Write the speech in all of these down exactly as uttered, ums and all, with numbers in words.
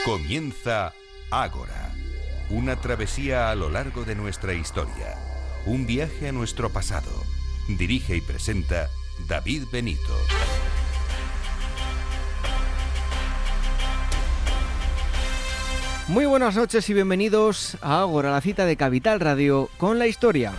Comienza Ágora, una travesía a lo largo de nuestra historia, un viaje a nuestro pasado. Dirige y presenta David Benito. Muy buenas noches y bienvenidos a Ágora, la cita de Capital Radio con la historia.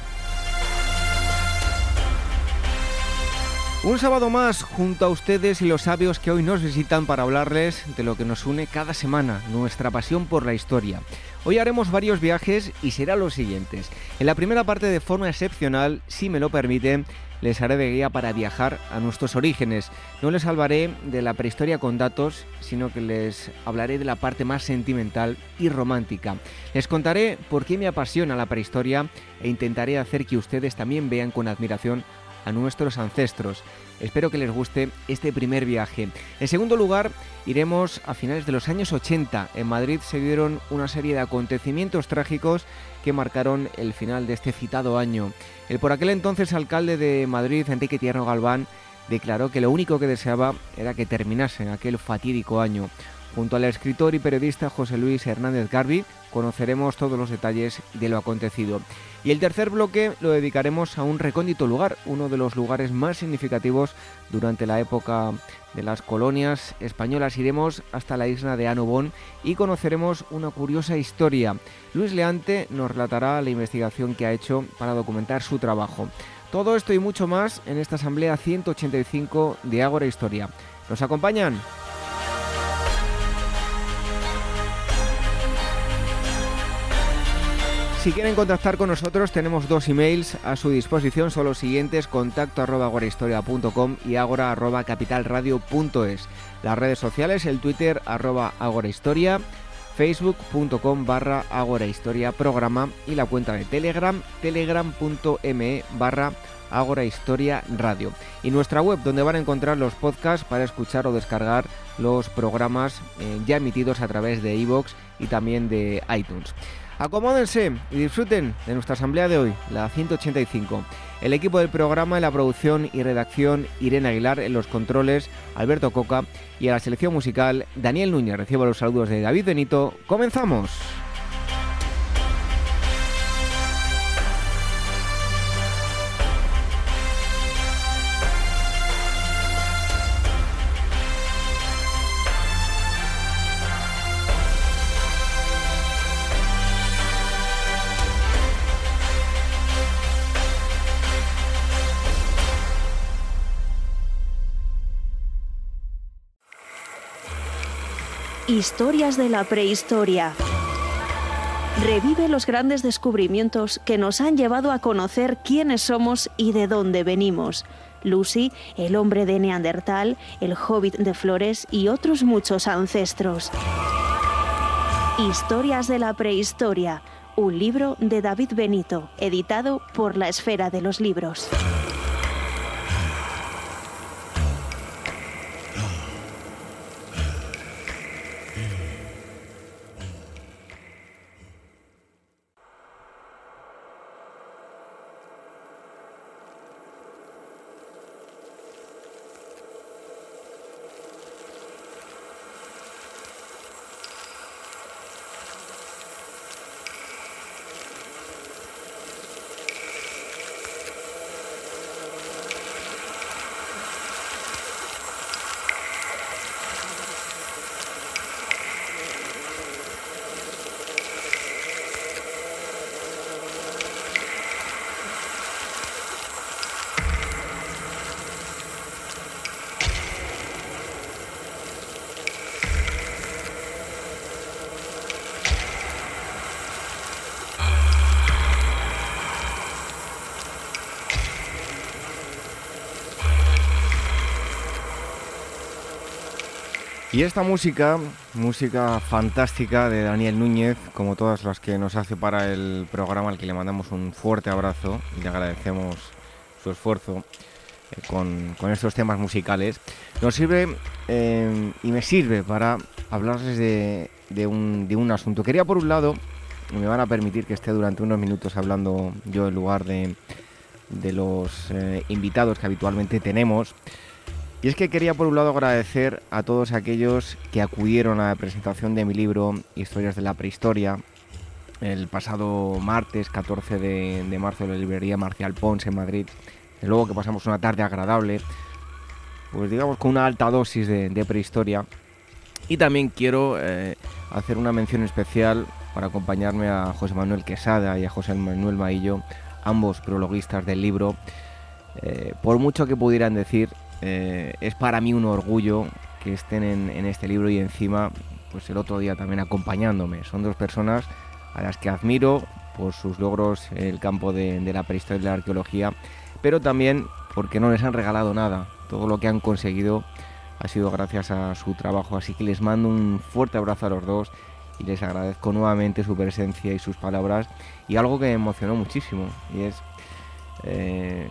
Un sábado más junto a ustedes y los sabios que hoy nos visitan para hablarles de lo que nos une cada semana, nuestra pasión por la historia. Hoy haremos varios viajes y serán los siguientes. En la primera parte, de forma excepcional, si me lo permiten, les haré de guía para viajar a nuestros orígenes. No les hablaré de la prehistoria con datos, sino que les hablaré de la parte más sentimental y romántica. Les contaré por qué me apasiona la prehistoria e intentaré hacer que ustedes también vean con admiración a nuestros ancestros. Espero que les guste este primer viaje. En segundo lugar, iremos a finales de los años ochenta. En Madrid se dieron una serie de acontecimientos trágicos que marcaron el final de este citado año. El por aquel entonces alcalde de Madrid, Enrique Tierno Galván, declaró que lo único que deseaba era que terminase aquel fatídico año. Junto al escritor y periodista José Luis Hernández Garbi, conoceremos todos los detalles de lo acontecido. Y el tercer bloque lo dedicaremos a un recóndito lugar, uno de los lugares más significativos durante la época de las colonias españolas. Iremos hasta la isla de Annobón y conoceremos una curiosa historia. Luis Leante nos relatará la investigación que ha hecho para documentar su trabajo. Todo esto y mucho más en esta asamblea ciento ochenta y cinco de Ágora Historia. ¿Nos acompañan? Si quieren contactar con nosotros, tenemos dos emails a su disposición, son los siguientes: contacto arroba agorahistoria punto com y agora arroba capitalradio punto es. Las redes sociales, el Twitter arroba agorahistoria, facebook.com barra agorahistoria programa y la cuenta de Telegram, telegram.me barra agorahistoria radio. Y nuestra web, donde van a encontrar los podcasts para escuchar o descargar los programas eh, ya emitidos a través de iVoox y también de iTunes. Acomódense y disfruten de nuestra asamblea de hoy, la ciento ochenta y cinco. El equipo del programa en la producción y redacción, Irene Aguilar; en los controles, Alberto Coca; y a la selección musical, Daniel Núñez. Recibo los saludos de David Benito. ¡Comenzamos! Historias de la prehistoria. Revive los grandes descubrimientos que nos han llevado a conocer quiénes somos y de dónde venimos. Lucy, el hombre de Neandertal, el hobbit de Flores y otros muchos ancestros. Historias de la prehistoria, un libro de David Benito, editado por La Esfera de los Libros. Y esta música, música fantástica de Daniel Núñez, como todas las que nos hace para el programa, al que le mandamos un fuerte abrazo y le agradecemos su esfuerzo eh, con, con estos temas musicales, nos sirve eh, y me sirve para hablarles de, de, un, de un asunto. Quería, por un lado, y me van a permitir que esté durante unos minutos hablando yo en lugar de, de los eh, invitados que habitualmente tenemos, Y es que quería por un lado agradecer a todos aquellos que acudieron a la presentación de mi libro Historias de la Prehistoria el pasado martes catorce de, de marzo en la librería Marcial Pons en Madrid. Desde luego que pasamos una tarde agradable, pues digamos con una alta dosis de, de prehistoria. Y también quiero eh, hacer una mención especial para acompañarme a José Manuel Quesada y a José Manuel Maillo, ambos prologuistas del libro. Eh, por mucho que pudieran decir, eh, es para mí un orgullo que estén en, en este libro y encima, pues el otro día también acompañándome. Son dos personas a las que admiro por sus logros en el campo de, de la prehistoria y la arqueología, pero también porque no les han regalado nada. Todo lo que han conseguido ha sido gracias a su trabajo, así que les mando un fuerte abrazo a los dos y les agradezco nuevamente su presencia y sus palabras, y algo que me emocionó muchísimo, y es eh,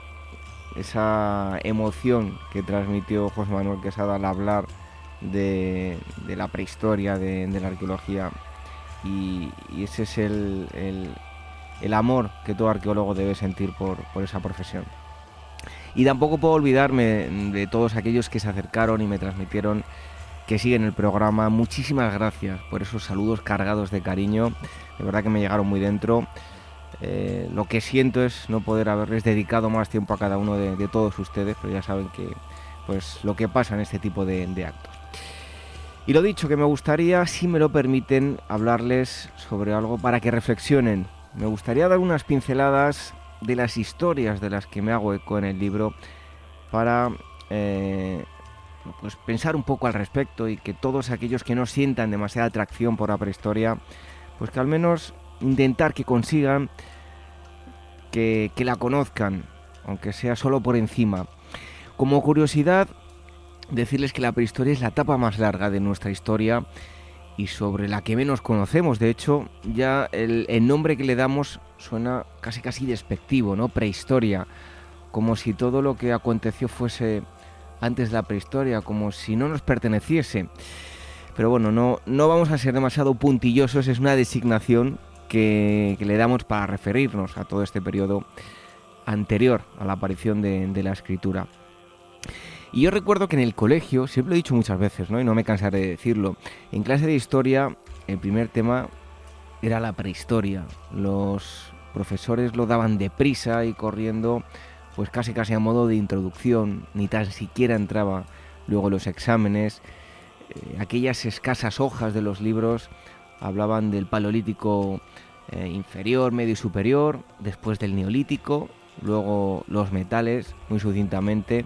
esa emoción que transmitió José Manuel Quesada al hablar de, de la prehistoria, de, de la arqueología, y, y ese es el, el, el amor que todo arqueólogo debe sentir por, por esa profesión. Y tampoco puedo olvidarme de todos aquellos que se acercaron y me transmitieron que siguen el programa. Muchísimas gracias por esos saludos cargados de cariño, de verdad que me llegaron muy dentro. Eh, lo que siento es no poder haberles dedicado más tiempo a cada uno de, de todos ustedes, pero ya saben que pues lo que pasa en este tipo de, de actos. Y lo dicho, que me gustaría, si me lo permiten, hablarles sobre algo para que reflexionen. Me gustaría dar unas pinceladas de las historias de las que me hago eco en el libro para eh, pues pensar un poco al respecto, y que todos aquellos que no sientan demasiada atracción por la prehistoria, pues que al menos intentar que consigan que, que la conozcan, aunque sea solo por encima. Como curiosidad, decirles que la prehistoria es la etapa más larga de nuestra historia y sobre la que menos conocemos. De hecho, ya el, el nombre que le damos suena casi casi despectivo, ¿no? Prehistoria, como si todo lo que aconteció fuese antes de la prehistoria, como si no nos perteneciese. Pero bueno, no, no vamos a ser demasiado puntillosos, es una designación que, que le damos para referirnos a todo este periodo anterior a la aparición de, de la escritura. Y yo recuerdo que en el colegio, siempre lo he dicho muchas veces, ¿no? Y no me cansaré de decirlo, en clase de historia el primer tema era la prehistoria. Los profesores lo daban deprisa y corriendo, pues casi casi a modo de introducción, ni tan siquiera entraba luego los exámenes. Eh, aquellas escasas hojas de los libros hablaban del Paleolítico eh, inferior, medio y superior, después del Neolítico, luego los metales, muy sucintamente.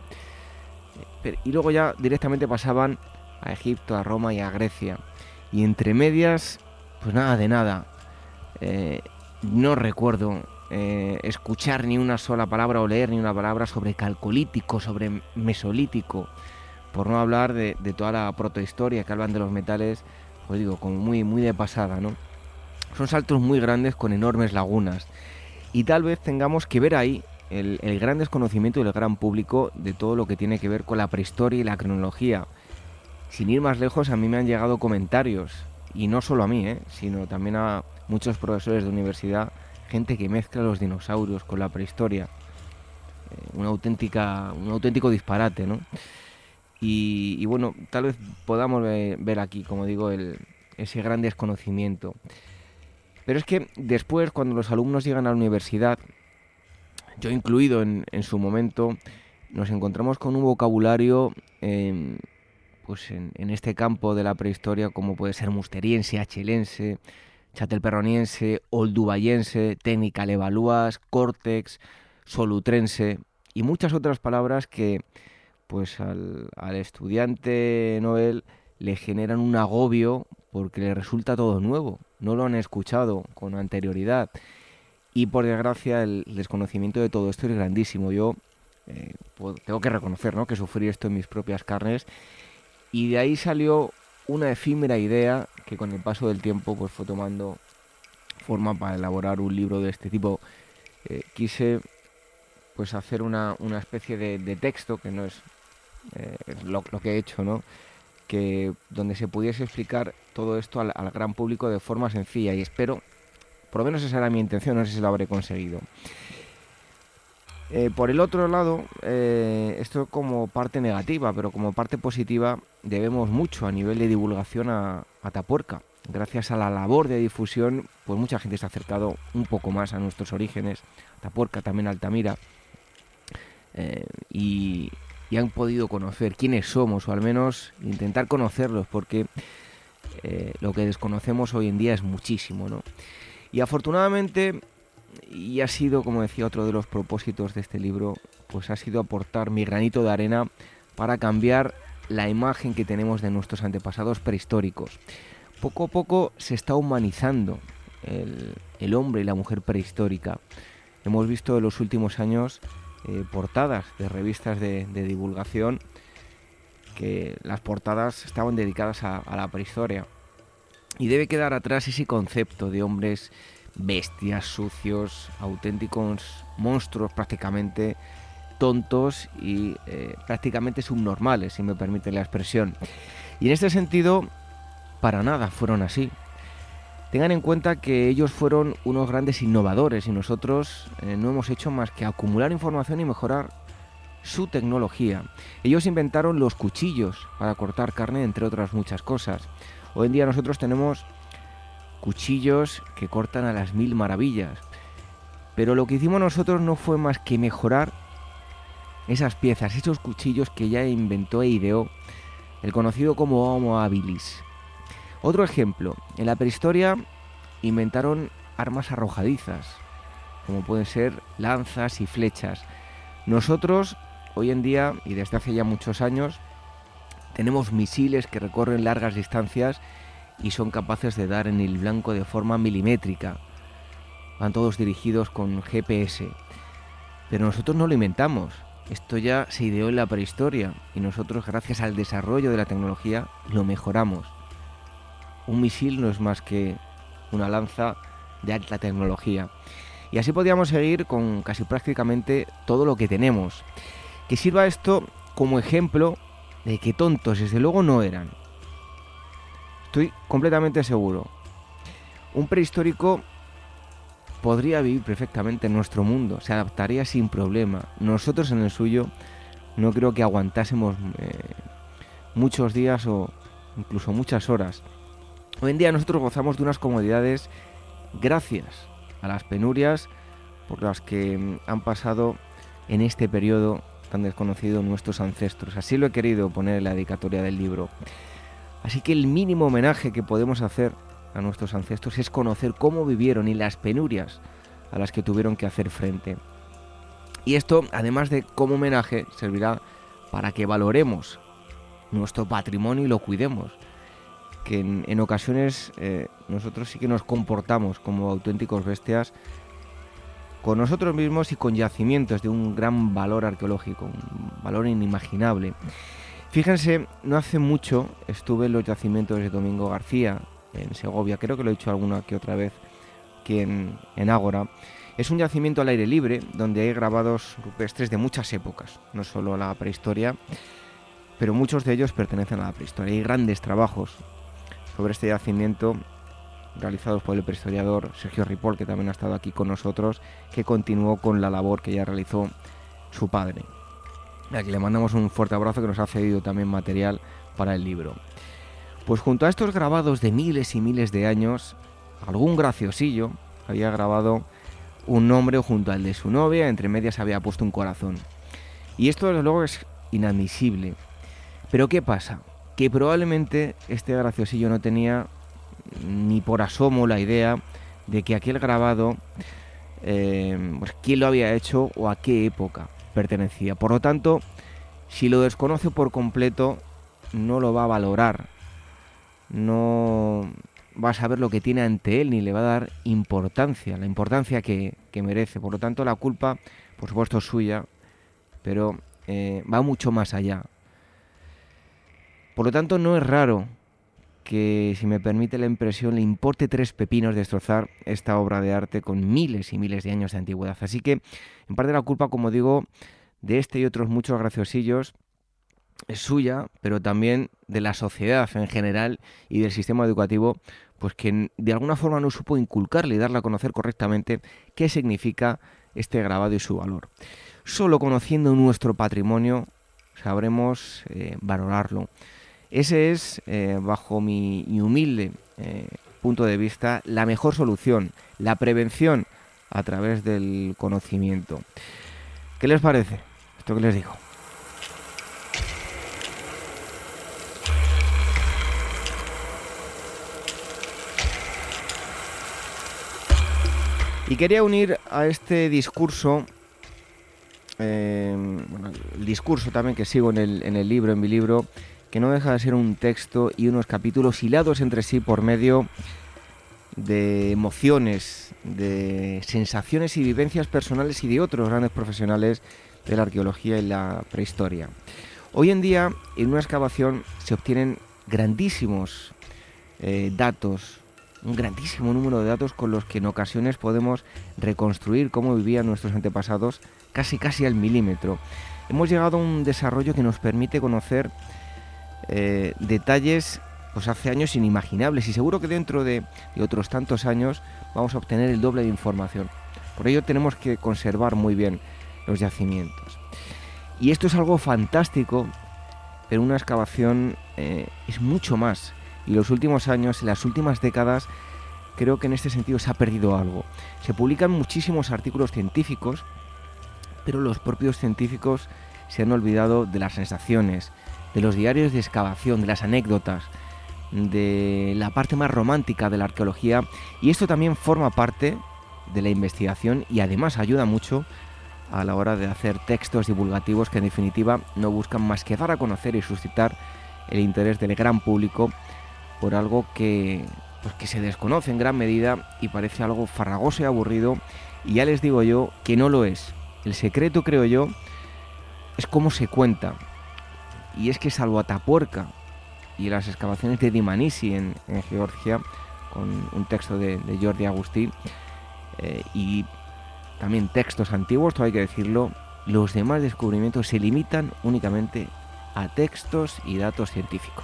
Y luego ya directamente pasaban a Egipto, a Roma y a Grecia. Y entre medias, pues nada de nada. Eh, no recuerdo eh, escuchar ni una sola palabra o leer ni una palabra sobre calcolítico, sobre mesolítico. Por no hablar de, de toda la protohistoria que hablan de los metales, pues digo, como muy, muy de pasada, ¿no? Son saltos muy grandes con enormes lagunas. Y tal vez tengamos que ver ahí El, el gran desconocimiento del gran público de todo lo que tiene que ver con la prehistoria y la cronología. Sin ir más lejos, a mí me han llegado comentarios, y no solo a mí, ¿eh? sino también a muchos profesores de universidad, gente que mezcla los dinosaurios con la prehistoria. Eh, una auténtica, un auténtico disparate, ¿no? Y, y bueno, tal vez podamos ver, ver aquí, como digo, el, ese gran desconocimiento. Pero es que después, cuando los alumnos llegan a la universidad, yo incluido en, en su momento, nos encontramos con un vocabulario eh, pues en, en este campo de la prehistoria, como puede ser musteriense, achelense, chatelperroniense, oldubayense, técnica levaluas, córtex, solutrense y muchas otras palabras que pues al, al estudiante novel le generan un agobio porque le resulta todo nuevo, no lo han escuchado con anterioridad. Y por desgracia el desconocimiento de todo esto es grandísimo. Yo eh, pues, tengo que reconocer, ¿no?, que sufrí esto en mis propias carnes, y de ahí salió una efímera idea que con el paso del tiempo pues fue tomando forma para elaborar un libro de este tipo. Eh, quise pues hacer una, una especie de, de texto, que no es eh, lo, lo que he hecho, ¿no?, que donde se pudiese explicar todo esto al, al gran público de forma sencilla, y espero, por lo menos esa era mi intención, no sé si lo habré conseguido. Eh, por el otro lado, eh, esto como parte negativa, pero como parte positiva, debemos mucho a nivel de divulgación a Atapuerca. Gracias a la labor de difusión, pues mucha gente se ha acercado un poco más a nuestros orígenes, Atapuerca, también Altamira, eh, y, y han podido conocer quiénes somos, o al menos intentar conocerlos, porque eh, lo que desconocemos hoy en día es muchísimo, ¿no? Y afortunadamente, y ha sido, como decía, otro de los propósitos de este libro, pues ha sido aportar mi granito de arena para cambiar la imagen que tenemos de nuestros antepasados prehistóricos. Poco a poco se está humanizando el, el hombre y la mujer prehistórica. Hemos visto en los últimos años eh, portadas de revistas de, de divulgación que las portadas estaban dedicadas a, a la prehistoria. Y debe quedar atrás ese concepto de hombres bestias, sucios, auténticos monstruos prácticamente tontos y eh, prácticamente subnormales, si me permite la expresión. Y en este sentido, para nada fueron así. Tengan en cuenta que ellos fueron unos grandes innovadores y nosotros eh, no hemos hecho más que acumular información y mejorar su tecnología. Ellos inventaron los cuchillos para cortar carne, entre otras muchas cosas. Hoy en día nosotros tenemos cuchillos que cortan a las mil maravillas. Pero lo que hicimos nosotros no fue más que mejorar esas piezas, esos cuchillos que ya inventó e ideó el conocido como Homo habilis. Otro ejemplo, en la prehistoria inventaron armas arrojadizas, como pueden ser lanzas y flechas. Nosotros, hoy en día, y desde hace ya muchos años, tenemos misiles que recorren largas distancias y son capaces de dar en el blanco de forma milimétrica. Van todos dirigidos con G P S. Pero nosotros no lo inventamos. Esto ya se ideó en la prehistoria y nosotros, gracias al desarrollo de la tecnología, lo mejoramos. Un misil no es más que una lanza de alta tecnología. Y así podríamos seguir con casi prácticamente todo lo que tenemos. Que sirva esto como ejemplo de que tontos desde luego no eran. Estoy completamente seguro. Un prehistórico podría vivir perfectamente en nuestro mundo, se adaptaría sin problema. Nosotros en el suyo no creo que aguantásemos eh, muchos días o incluso muchas horas. Hoy en día nosotros gozamos de unas comodidades gracias a las penurias por las que han pasado en este periodo tan desconocido nuestros ancestros. Así lo he querido poner en la dedicatoria del libro. Así que el mínimo homenaje que podemos hacer a nuestros ancestros es conocer cómo vivieron y las penurias a las que tuvieron que hacer frente. Y esto, además de como homenaje, servirá para que valoremos nuestro patrimonio y lo cuidemos. Que en, en ocasiones eh, nosotros sí que nos comportamos como auténticos bestias con nosotros mismos y con yacimientos de un gran valor arqueológico, un valor inimaginable. Fíjense, no hace mucho estuve en los yacimientos de Domingo García, en Segovia, creo que lo he dicho alguna que otra vez, aquí en, en Ágora. Es un yacimiento al aire libre, donde hay grabados rupestres de muchas épocas, no solo a la prehistoria, pero muchos de ellos pertenecen a la prehistoria. Hay grandes trabajos sobre este yacimiento realizados por el prehistoriador Sergio Ripoll, que también ha estado aquí con nosotros, que continuó con la labor que ya realizó su padre. Aquí le mandamos un fuerte abrazo, que nos ha cedido también material para el libro. Pues junto a estos grabados de miles y miles de años, algún graciosillo había grabado un nombre junto al de su novia, entre medias había puesto un corazón. Y esto desde luego es inadmisible. Pero ¿qué pasa? Que probablemente este graciosillo no tenía ni por asomo la idea de que aquel grabado, eh, pues quién lo había hecho o a qué época pertenecía. Por lo tanto, si lo desconoce por completo, no lo va a valorar, no va a saber lo que tiene ante él, ni le va a dar importancia, la importancia que, que merece. Por lo tanto, la culpa, por supuesto, es suya, pero eh, va mucho más allá. Por lo tanto, no es raro que, si me permite la impresión, le importe tres pepinos destrozar esta obra de arte con miles y miles de años de antigüedad. Así que, en parte, la culpa, como digo, de este y otros muchos graciosillos es suya, pero también de la sociedad en general y del sistema educativo, pues que de alguna forma no supo inculcarle y darle a conocer correctamente qué significa este grabado y su valor. Solo conociendo nuestro patrimonio sabremos eh, valorarlo. Ese es, eh, bajo mi, mi humilde eh, punto de vista, la mejor solución, la prevención a través del conocimiento. ¿Qué les parece esto que les digo? Y quería unir a este discurso, eh, bueno, el discurso también que sigo en el, en el libro, en mi libro, que no deja de ser un texto y unos capítulos hilados entre sí por medio de emociones, de sensaciones y vivencias personales y de otros grandes profesionales de la arqueología y la prehistoria. Hoy en día, en una excavación se obtienen grandísimos eh, datos, un grandísimo número de datos con los que en ocasiones podemos reconstruir cómo vivían nuestros antepasados casi casi al milímetro. Hemos llegado a un desarrollo que nos permite conocer eh, detalles pues hace años inimaginables, y seguro que dentro de, de otros tantos años vamos a obtener el doble de información. Por ello tenemos que conservar muy bien los yacimientos. Y esto es algo fantástico, pero una excavación eh, es mucho más. Y en los últimos años, en las últimas décadas, creo que en este sentido se ha perdido algo. Se publican muchísimos artículos científicos, pero los propios científicos se han olvidado de las sensaciones, de los diarios de excavación, de las anécdotas, de la parte más romántica de la arqueología, y esto también forma parte de la investigación y además ayuda mucho a la hora de hacer textos divulgativos que en definitiva no buscan más que dar a conocer y suscitar el interés del gran público por algo que, pues que se desconoce en gran medida y parece algo farragoso y aburrido, y ya les digo yo que no lo es. El secreto, creo yo, es cómo se cuenta, y es que salvo Atapuerca y las excavaciones de Dimanisi en, en Georgia, con un texto de, de Jordi Agustí, eh, y también textos antiguos, todo hay que decirlo, los demás descubrimientos se limitan únicamente a textos y datos científicos.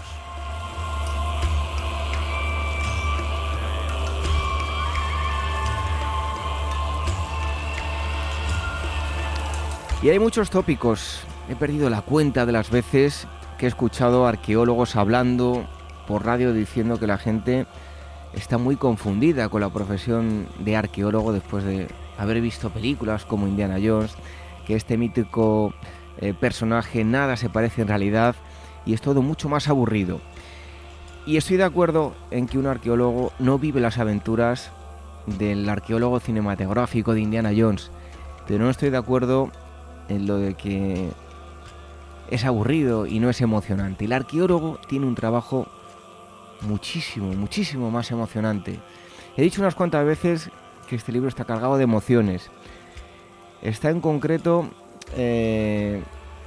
Y hay muchos tópicos. He perdido la cuenta de las veces que he escuchado arqueólogos hablando por radio diciendo que la gente está muy confundida con la profesión de arqueólogo después de haber visto películas como Indiana Jones, que este mítico eh, personaje nada se parece en realidad y es todo mucho más aburrido. Y estoy de acuerdo en que un arqueólogo no vive las aventuras del arqueólogo cinematográfico de Indiana Jones, pero no estoy de acuerdo en lo de que es aburrido y no es emocionante. El arqueólogo tiene un trabajo muchísimo, muchísimo más emocionante. He dicho unas cuantas veces que este libro está cargado de emociones. Está en concreto, eh,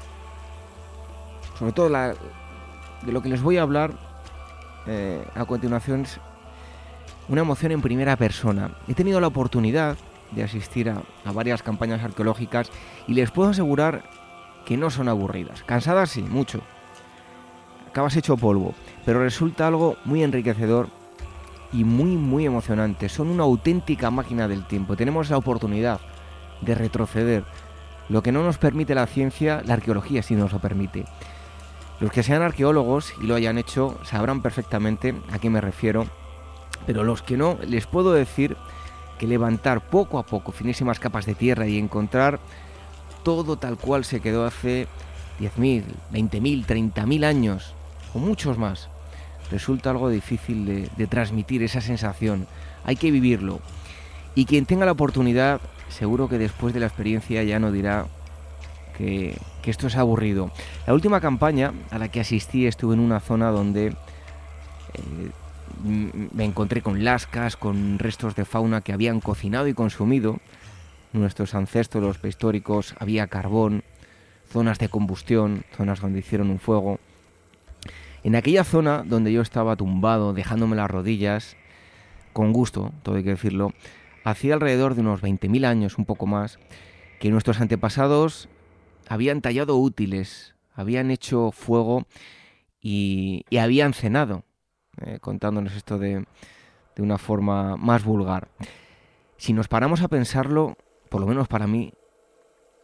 sobre todo la, de lo que les voy a hablar eh, a continuación, es una emoción en primera persona. He tenido la oportunidad de asistir a, a varias campañas arqueológicas y les puedo asegurar que no son aburridas. Cansadas sí, mucho. Acabas hecho polvo, pero resulta algo muy enriquecedor y muy muy emocionante. Son una auténtica máquina del tiempo. Tenemos la oportunidad de retroceder, lo que no nos permite la ciencia, la arqueología sí nos lo permite. Los que sean arqueólogos y lo hayan hecho sabrán perfectamente a qué me refiero, pero los que no, les puedo decir que levantar poco a poco finísimas capas de tierra y encontrar todo tal cual se quedó hace diez mil, veinte mil, treinta mil años o muchos más, resulta algo difícil de, de transmitir esa sensación. Hay que vivirlo, y quien tenga la oportunidad seguro que después de la experiencia ya no dirá que, que esto es aburrido. La última campaña a la que asistí estuve en una zona donde eh, me encontré con lascas, con restos de fauna que habían cocinado y consumido nuestros ancestros, los prehistóricos. Había carbón, zonas de combustión, zonas donde hicieron un fuego. En aquella zona donde yo estaba tumbado, dejándome las rodillas, con gusto, todo hay que decirlo, hacía alrededor de unos veinte mil años, un poco más, que nuestros antepasados habían tallado útiles, habían hecho fuego y, y habían cenado. Eh, contándonos esto de, de una forma más vulgar. Si nos paramos a pensarlo, por lo menos para mí,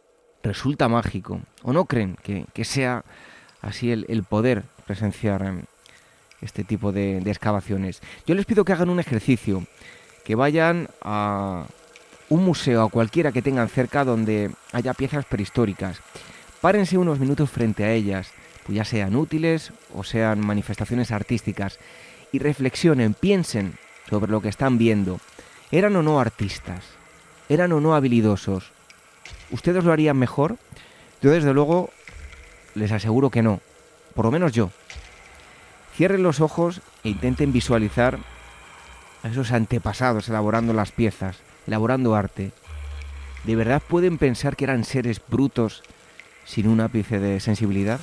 resulta mágico, o no creen que, que sea así el, el poder presenciar eh, este tipo de, de excavaciones. Yo les pido que hagan un ejercicio, que vayan a un museo, a cualquiera que tengan cerca donde haya piezas prehistóricas. Párense unos minutos frente a ellas, pues ya sean útiles o sean manifestaciones artísticas, y reflexionen, piensen sobre lo que están viendo. ¿Eran o no artistas? ¿Eran o no habilidosos? ¿Ustedes lo harían mejor? Yo desde luego les aseguro que no, por lo menos yo. Cierren los ojos e intenten visualizar a esos antepasados elaborando las piezas, elaborando arte. ¿De verdad pueden pensar que eran seres brutos sin un ápice de sensibilidad?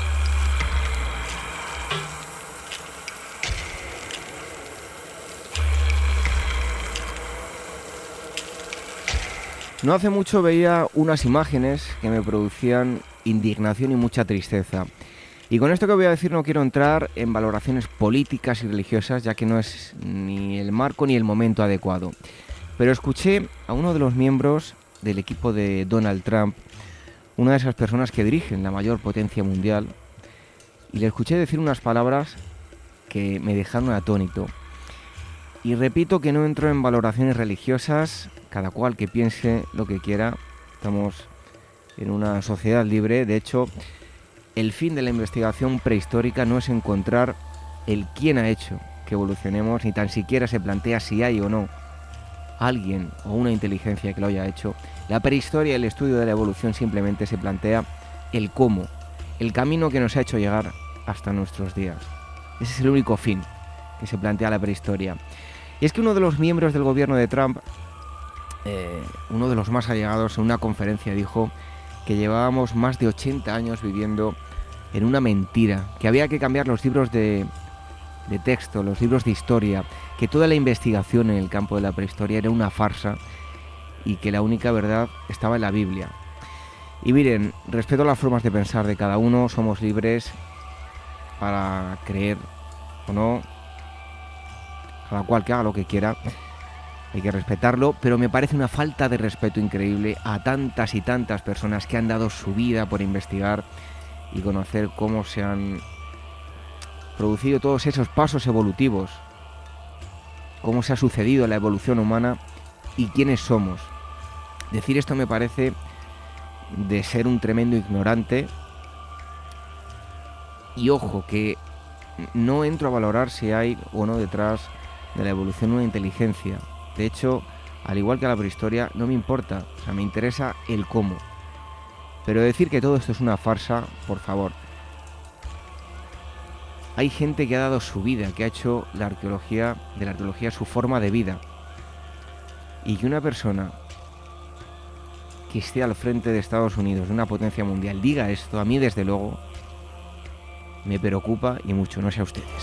No hace mucho veía unas imágenes que me producían indignación y mucha tristeza. Y con esto que voy a decir no quiero entrar en valoraciones políticas y religiosas, ya que no es ni el marco ni el momento adecuado. Pero escuché a uno de los miembros del equipo de Donald Trump, una de esas personas que dirigen la mayor potencia mundial, y le escuché decir unas palabras que me dejaron atónito. Y repito que no entro en valoraciones religiosas, cada cual que piense lo que quiera. Estamos en una sociedad libre. De hecho, el fin de la investigación prehistórica no es encontrar el quién ha hecho que evolucionemos, ni tan siquiera se plantea si hay o no alguien o una inteligencia que lo haya hecho. La prehistoria y el estudio de la evolución simplemente se plantea el cómo, el camino que nos ha hecho llegar hasta nuestros días. Ese es el único fin que se plantea la prehistoria. Y es que uno de los miembros del gobierno de Trump, eh, uno de los más allegados, en una conferencia dijo que llevábamos más de ochenta años viviendo en una mentira, que había que cambiar los libros de, de texto, los libros de historia, que toda la investigación en el campo de la prehistoria era una farsa y que la única verdad estaba en la Biblia. Y miren, respeto las formas de pensar de cada uno, somos libres para creer o no, cada cual que haga lo que quiera, hay que respetarlo, pero me parece una falta de respeto increíble a tantas y tantas personas que han dado su vida por investigar y conocer cómo se han producido todos esos pasos evolutivos, cómo se ha sucedido la evolución humana y quiénes somos. Decir esto me parece de ser un tremendo ignorante. Y ojo, que no entro a valorar si hay o no detrás de la evolución una inteligencia. De hecho, al igual que a la prehistoria, no me importa, o sea, me interesa el cómo. Pero decir que todo esto es una farsa, por favor. Hay gente que ha dado su vida, que ha hecho la arqueología, de la arqueología su forma de vida. Y que una persona que esté al frente de Estados Unidos, de una potencia mundial, diga esto, a mí desde luego me preocupa y mucho, no sé a ustedes.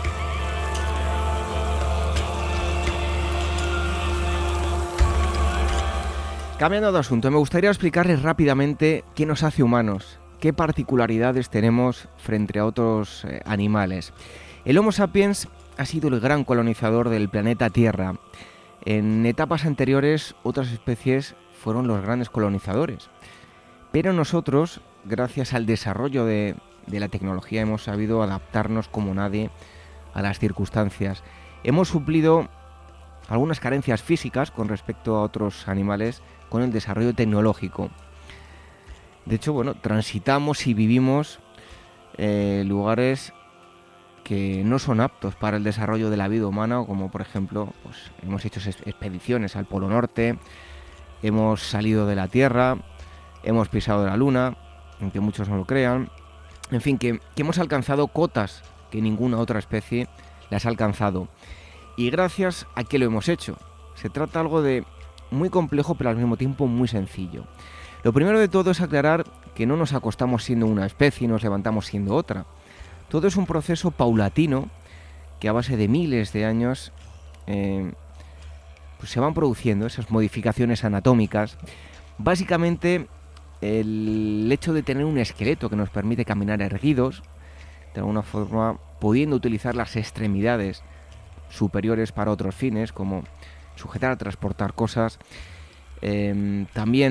Cambiando de asunto, me gustaría explicarles rápidamente qué nos hace humanos, qué particularidades tenemos frente a otros eh, animales. El Homo sapiens ha sido el gran colonizador del planeta Tierra. En etapas anteriores, otras especies fueron los grandes colonizadores. Pero nosotros, gracias al desarrollo de, de la tecnología, hemos sabido adaptarnos como nadie a las circunstancias. Hemos suplido algunas carencias físicas con respecto a otros animales con el desarrollo tecnológico. De hecho, bueno, transitamos y vivimos eh, lugares que no son aptos para el desarrollo de la vida humana, como por ejemplo, pues hemos hecho expediciones al Polo Norte, hemos salido de la Tierra, hemos pisado la Luna, aunque muchos no lo crean. En fin, que, que hemos alcanzado cotas que ninguna otra especie las ha alcanzado. Y gracias a que lo hemos hecho. Se trata de algo de muy complejo, pero al mismo tiempo muy sencillo. Lo primero de todo es aclarar que no nos acostamos siendo una especie y nos levantamos siendo otra. Todo es un proceso paulatino que a base de miles de años eh, pues se van produciendo esas modificaciones anatómicas. Básicamente el hecho de tener un esqueleto que nos permite caminar erguidos, de alguna forma pudiendo utilizar las extremidades superiores para otros fines, como sujetar, transportar cosas. Eh, también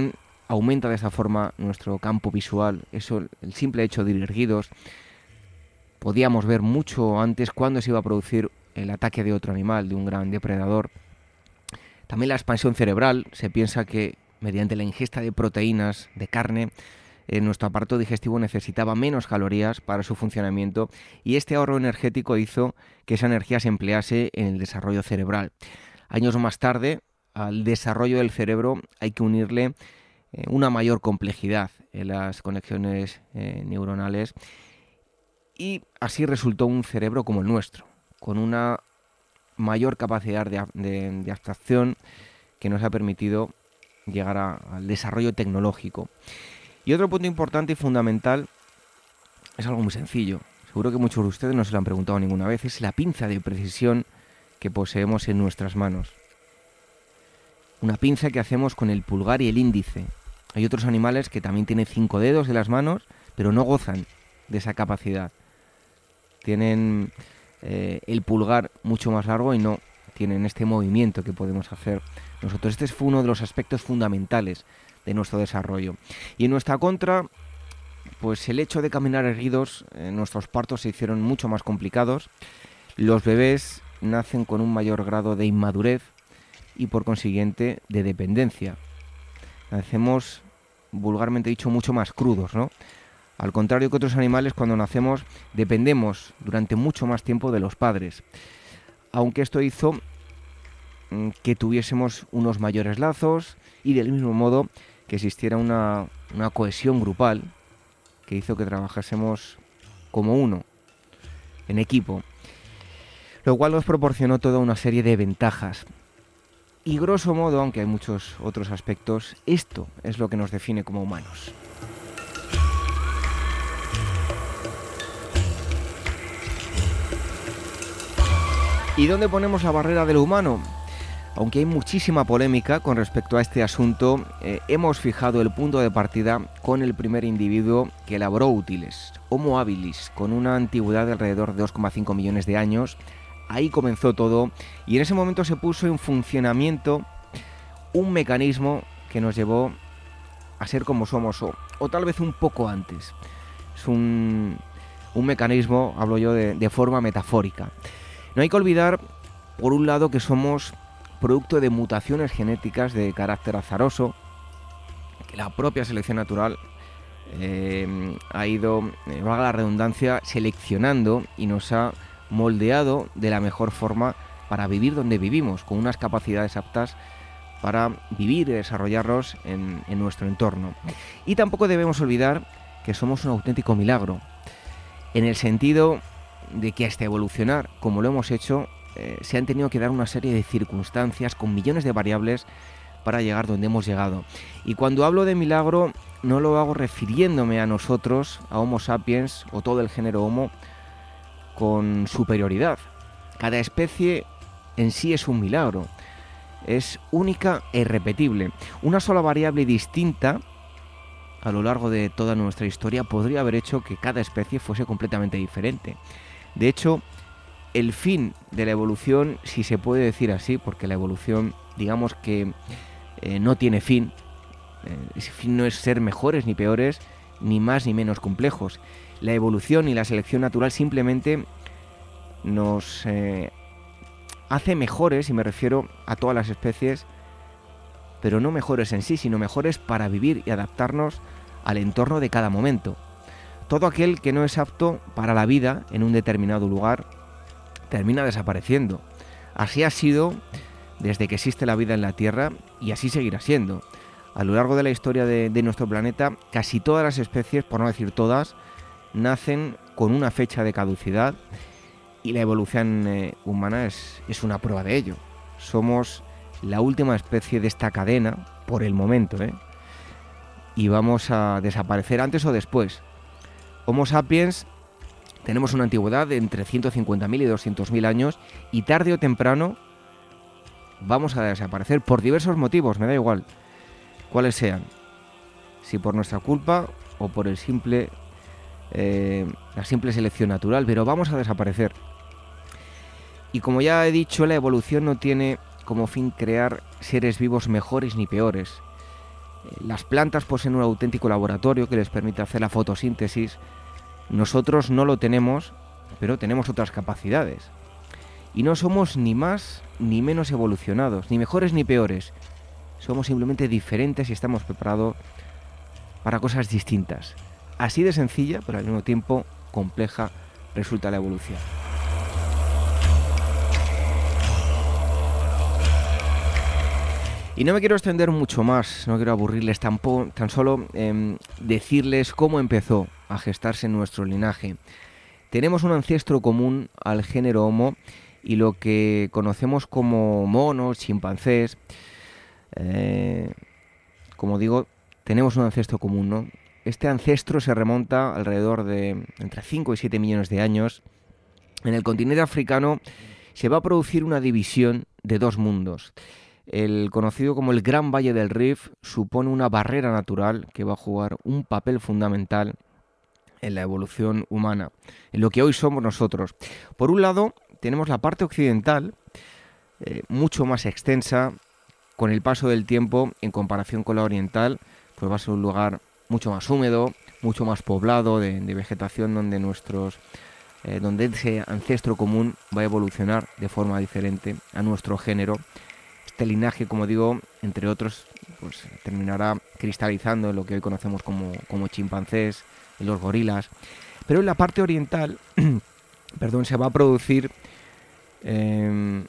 aumenta de esta forma nuestro campo visual. Eso, el simple hecho de ir erguidos, podíamos ver mucho antes cuándo se iba a producir el ataque de otro animal, de un gran depredador. También la expansión cerebral. Se piensa que mediante la ingesta de proteínas, de carne, eh, nuestro aparato digestivo necesitaba menos calorías para su funcionamiento, y este ahorro energético hizo que esa energía se emplease en el desarrollo cerebral. Años más tarde, al desarrollo del cerebro hay que unirle eh, una mayor complejidad en las conexiones eh, neuronales, y así resultó un cerebro como el nuestro, con una mayor capacidad de, de, de abstracción que nos ha permitido llegar a, al desarrollo tecnológico. Y otro punto importante y fundamental es algo muy sencillo. Seguro que muchos de ustedes no se lo han preguntado ninguna vez. Es la pinza de precisión que poseemos en nuestras manos. Una pinza que hacemos con el pulgar y el índice. Hay otros animales que también tienen cinco dedos de las manos, pero no gozan de esa capacidad. Tienen eh, el pulgar mucho más largo y no tienen este movimiento que podemos hacer nosotros. Este fue uno de los aspectos fundamentales de nuestro desarrollo. Y en nuestra contra, pues el hecho de caminar erguidos, eh, nuestros partos se hicieron mucho más complicados. Los bebés nacen con un mayor grado de inmadurez y por consiguiente de dependencia. Nacemos, vulgarmente dicho, mucho más crudos, ¿no? Al contrario que otros animales, cuando nacemos dependemos durante mucho más tiempo de los padres. Aunque esto hizo mm, que tuviésemos unos mayores lazos y del mismo modo que existiera una, una cohesión grupal que hizo que trabajásemos como uno, en equipo, lo cual nos proporcionó toda una serie de ventajas. Y grosso modo, aunque hay muchos otros aspectos, esto es lo que nos define como humanos. ¿Y dónde ponemos la barrera de lo humano? Aunque hay muchísima polémica con respecto a este asunto, eh, hemos fijado el punto de partida con el primer individuo que elaboró útiles, Homo habilis, con una antigüedad de alrededor de dos coma cinco millones de años. Ahí comenzó todo y en ese momento se puso en funcionamiento un mecanismo que nos llevó a ser como somos, o, o tal vez un poco antes. Es un, un mecanismo, hablo yo de, de forma metafórica. No hay que olvidar, por un lado, que somos producto de mutaciones genéticas de carácter azaroso, que la propia selección natural eh, ha ido, eh, valga la redundancia, seleccionando y nos ha moldeado de la mejor forma para vivir donde vivimos, con unas capacidades aptas para vivir y desarrollarnos en, en nuestro entorno. Y tampoco debemos olvidar que somos un auténtico milagro, en el sentido de que hasta evolucionar como lo hemos hecho, eh, se han tenido que dar una serie de circunstancias con millones de variables para llegar donde hemos llegado. Y cuando hablo de milagro, no lo hago refiriéndome a nosotros, a Homo sapiens o todo el género Homo, con superioridad. Cada especie en sí es un milagro, es única e irrepetible. Una sola variable distinta a lo largo de toda nuestra historia podría haber hecho que cada especie fuese completamente diferente. De hecho, el fin de la evolución, si se puede decir así, porque la evolución, digamos que eh, no tiene fin, eh, ese fin no es ser mejores ni peores, ni más ni menos complejos. La evolución y la selección natural simplemente nos eh, hace mejores, y me refiero a todas las especies, pero no mejores en sí, sino mejores para vivir y adaptarnos al entorno de cada momento. Todo aquel que no es apto para la vida en un determinado lugar termina desapareciendo. Así ha sido desde que existe la vida en la Tierra y así seguirá siendo. A lo largo de la historia de, de nuestro planeta, casi todas las especies, por no decir todas, nacen con una fecha de caducidad y la evolución eh, humana es, es una prueba de ello. Somos la última especie de esta cadena, por el momento, ¿eh? y vamos a desaparecer antes o después. Homo sapiens tenemos una antigüedad de entre ciento cincuenta mil y doscientos mil años y tarde o temprano vamos a desaparecer por diversos motivos, me da igual cuáles sean, si por nuestra culpa o por el simple eh, la simple selección natural, pero vamos a desaparecer. Y como ya he dicho, la evolución no tiene como fin crear seres vivos mejores ni peores. Las plantas poseen un auténtico laboratorio que les permite hacer la fotosíntesis. Nosotros no lo tenemos, pero tenemos otras capacidades. Y no somos ni más ni menos evolucionados, ni mejores ni peores. Somos simplemente diferentes y estamos preparados para cosas distintas. Así de sencilla, pero al mismo tiempo compleja, resulta la evolución. Y no me quiero extender mucho más, no quiero aburrirles tampoco, tan solo eh, decirles cómo empezó a gestarse nuestro linaje. Tenemos un ancestro común al género Homo y lo que conocemos como monos, chimpancés, eh, como digo, tenemos un ancestro común, ¿no? Este ancestro se remonta alrededor de entre cinco y siete millones de años. En el continente africano se va a producir una división de dos mundos. El conocido como el Gran Valle del Rift supone una barrera natural que va a jugar un papel fundamental en la evolución humana, en lo que hoy somos nosotros. Por un lado, tenemos la parte occidental, eh, mucho más extensa, con el paso del tiempo, en comparación con la oriental, pues va a ser un lugar mucho más húmedo, mucho más poblado de, de vegetación, donde nuestros, eh, donde ese ancestro común va a evolucionar de forma diferente a nuestro género. Este linaje, como digo, entre otros, pues terminará cristalizando en lo que hoy conocemos como, como chimpancés, en los gorilas. Pero en la parte oriental, perdón, se va a producir eh,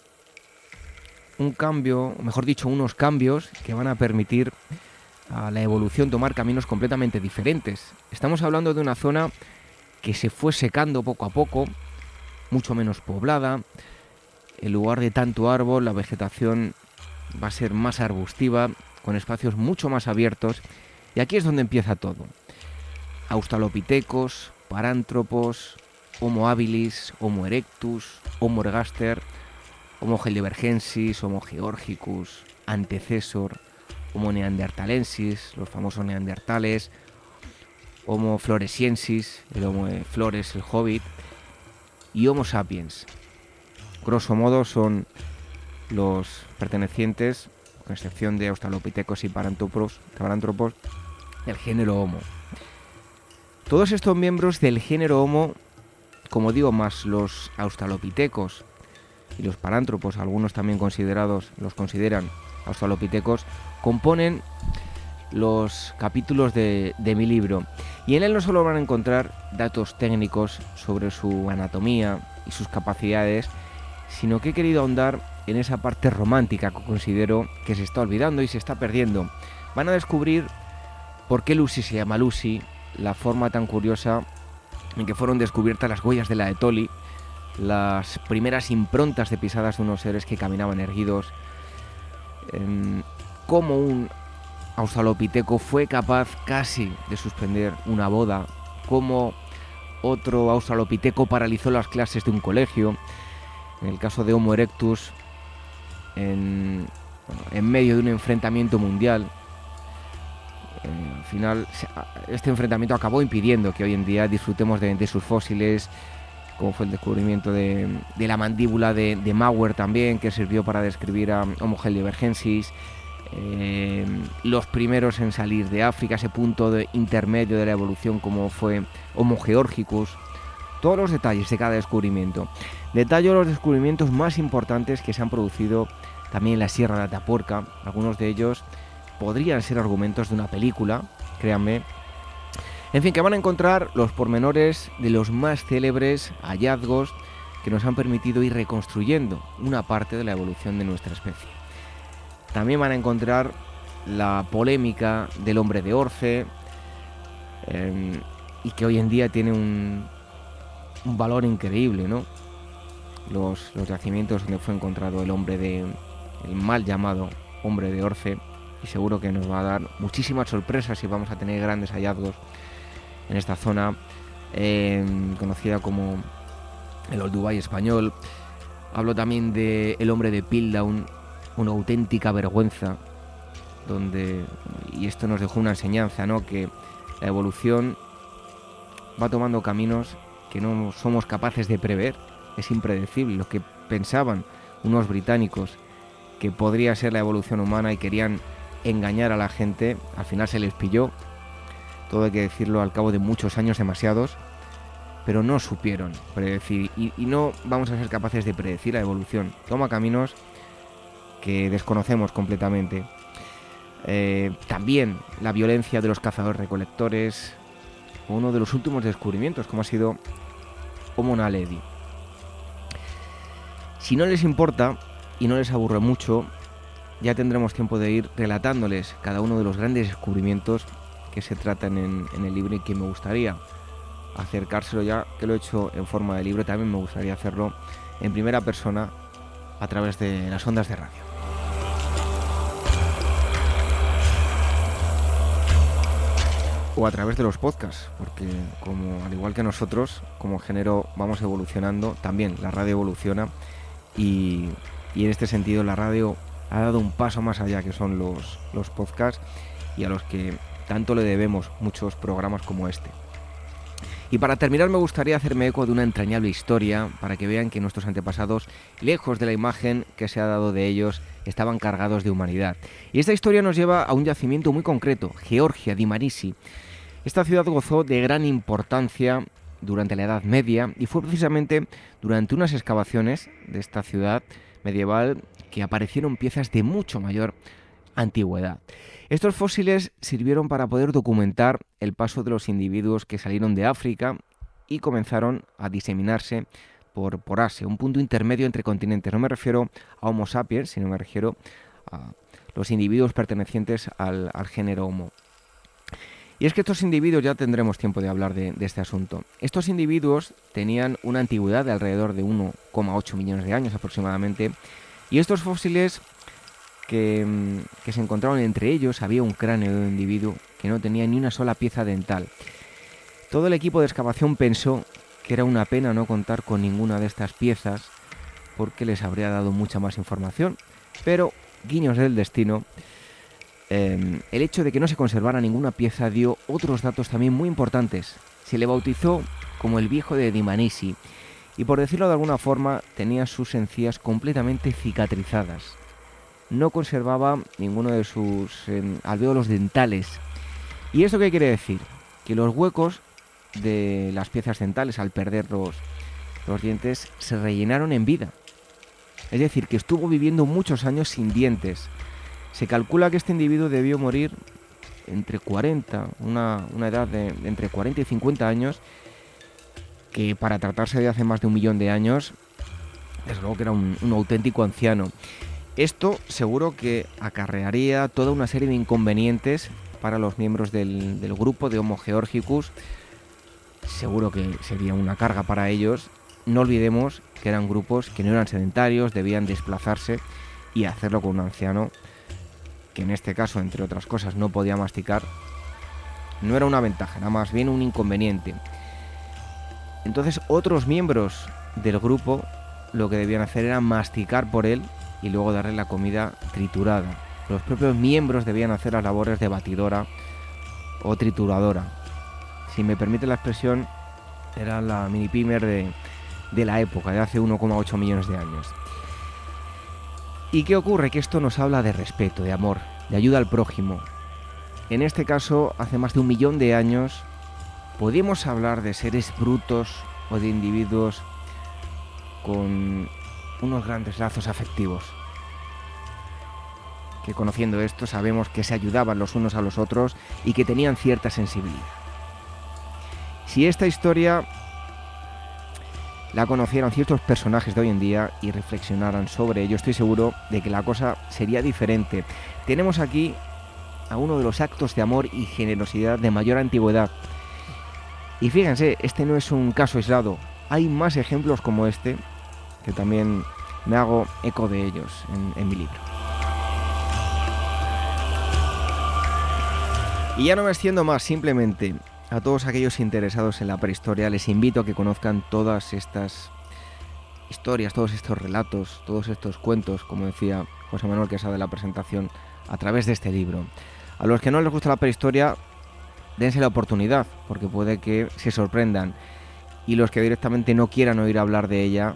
un cambio, o mejor dicho, unos cambios que van a permitir a la evolución tomar caminos completamente diferentes. Estamos hablando de una zona que se fue secando poco a poco, mucho menos poblada. En lugar de tanto árbol, la vegetación va a ser más arbustiva, con espacios mucho más abiertos, y aquí es donde empieza todo. Australopithecus, parántropos, Homo habilis, Homo erectus, Homo ergaster, Homo heidelbergensis, Homo georgicus, Antecessor, Homo neanderthalensis, los famosos neandertales, Homo floresiensis, el Homo de Flores, el hobbit, y Homo sapiens. Grosso modo son los pertenecientes, con excepción de Australopithecus y parántropos, parántropos, del género Homo. Todos estos miembros del género Homo, como digo, más los Australopithecus y los parántropos, algunos también considerados, los consideran Australopithecus, componen los capítulos de, de mi libro. Y en él no solo van a encontrar datos técnicos sobre su anatomía y sus capacidades, sino que he querido ahondar en esa parte romántica que considero que se está olvidando y se está perdiendo. Van a descubrir por qué Lucy se llama Lucy, la forma tan curiosa en que fueron descubiertas las huellas de la Etoli, las primeras improntas de pisadas de unos seres que caminaban erguidos, eh, cómo un australopiteco fue capaz casi de suspender una boda, cómo otro australopiteco paralizó las clases de un colegio. En el caso de Homo erectus, en, bueno, en medio de un enfrentamiento mundial, eh, al final este enfrentamiento acabó impidiendo que hoy en día disfrutemos de, de sus fósiles, como fue el descubrimiento de, de la mandíbula de, de Mauer también, que sirvió para describir a Homo heidelbergensis, eh, los primeros en salir de África, ese punto de intermedio de la evolución como fue Homo georgicus. Todos los detalles de cada descubrimiento. Detallo los descubrimientos más importantes que se han producido también en la Sierra de Atapuerca. Algunos de ellos podrían ser argumentos de una película, créanme. En fin, que van a encontrar los pormenores de los más célebres hallazgos que nos han permitido ir reconstruyendo una parte de la evolución de nuestra especie. También van a encontrar la polémica del hombre de Orce, eh, y que hoy en día tiene un... un valor increíble, ¿no? Los, los yacimientos donde fue encontrado el hombre de... el mal llamado hombre de Orce, y seguro que nos va a dar muchísimas sorpresas y vamos a tener grandes hallazgos en esta zona eh, conocida como el Old Dubai español. Hablo también de el hombre de Piltdown, una auténtica vergüenza, donde, y esto nos dejó una enseñanza, ¿no? Que la evolución va tomando caminos que no somos capaces de prever. Es impredecible. Lo que pensaban unos británicos que podría ser la evolución humana y querían engañar a la gente. Al final se les pilló, todo hay que decirlo, al cabo de muchos años, demasiados, pero no supieron predecir y, y no vamos a ser capaces de predecir la evolución. Toma caminos que desconocemos completamente. Eh, también la violencia de los cazadores-recolectores, uno de los últimos descubrimientos, como ha sido Homo naledi. Si no les importa y no les aburre mucho, ya tendremos tiempo de ir relatándoles cada uno de los grandes descubrimientos que se tratan en, en el libro, y que me gustaría acercárselo, ya que lo he hecho en forma de libro, también me gustaría hacerlo en primera persona a través de las ondas de radio. O a través de los podcasts, porque como al igual que nosotros, como género vamos evolucionando, también la radio evoluciona, y, y en este sentido la radio ha dado un paso más allá, que son los, los podcasts, y a los que tanto le debemos muchos programas como este. Y para terminar me gustaría hacerme eco de una entrañable historia, para que vean que nuestros antepasados, lejos de la imagen que se ha dado de ellos, estaban cargados de humanidad. Y esta historia nos lleva a un yacimiento muy concreto, Georgia di Marisi. Esta ciudad gozó de gran importancia durante la Edad Media, y fue precisamente durante unas excavaciones de esta ciudad medieval que aparecieron piezas de mucho mayor antigüedad. Estos fósiles sirvieron para poder documentar el paso de los individuos que salieron de África y comenzaron a diseminarse por, por Asia, un punto intermedio entre continentes. No me refiero a Homo sapiens, sino me refiero a los individuos pertenecientes al, al género Homo. Y es que estos individuos, ya tendremos tiempo de hablar de, de este asunto, estos individuos tenían una antigüedad de alrededor de uno coma ocho millones de años aproximadamente, y estos fósiles que, que se encontraron entre ellos, había un cráneo de un individuo que no tenía ni una sola pieza dental. Todo el equipo de excavación pensó que era una pena no contar con ninguna de estas piezas, porque les habría dado mucha más información, pero guiños del destino, eh, el hecho de que no se conservara ninguna pieza dio otros datos también muy importantes. Se le bautizó como el viejo de Di Marisi, y por decirlo de alguna forma tenía sus encías completamente cicatrizadas. No conservaba ninguno de sus eh, alvéolos dentales. ¿Y esto qué quiere decir? Que los huecos de las piezas dentales, al perder los, los dientes, se rellenaron en vida. Es decir, que estuvo viviendo muchos años sin dientes. Se calcula que este individuo debió morir entre cuarenta, una, una edad de, de entre cuarenta y cincuenta años, que para tratarse de hace más de un millón de años, desde luego que era un, un auténtico anciano. Esto seguro que acarrearía toda una serie de inconvenientes para los miembros del, del grupo de Homo georgicus. Seguro que sería una carga para ellos. No olvidemos que eran grupos que no eran sedentarios, debían desplazarse, y hacerlo con un anciano que en este caso, entre otras cosas, no podía masticar, no era una ventaja, era más bien un inconveniente. Entonces otros miembros del grupo lo que debían hacer era masticar por él y luego darle la comida triturada. Los propios miembros debían hacer las labores de batidora o trituradora. Si me permite la expresión, era la mini pimer de, de la época, de hace uno coma ocho millones de años. ¿Y qué ocurre? Que esto nos habla de respeto, de amor, de ayuda al prójimo. En este caso, hace más de un millón de años, podíamos hablar de seres brutos o de individuos con unos grandes lazos afectivos, que conociendo esto sabemos que se ayudaban los unos a los otros y que tenían cierta sensibilidad. Si esta historia la conocieran ciertos personajes de hoy en día y reflexionaran sobre ello, estoy seguro de que la cosa sería diferente. Tenemos aquí a uno de los actos de amor y generosidad de mayor antigüedad. Y fíjense, este no es un caso aislado. Hay más ejemplos como este, que también me hago eco de ellos en, en mi libro. Y ya no me extiendo más, simplemente a todos aquellos interesados en la prehistoria les invito a que conozcan todas estas historias, todos estos relatos, todos estos cuentos, como decía José Manuel Quesada en la presentación, a través de este libro. A los que no les gusta la prehistoria, dense la oportunidad, porque puede que se sorprendan. Y los que directamente no quieran oír hablar de ella,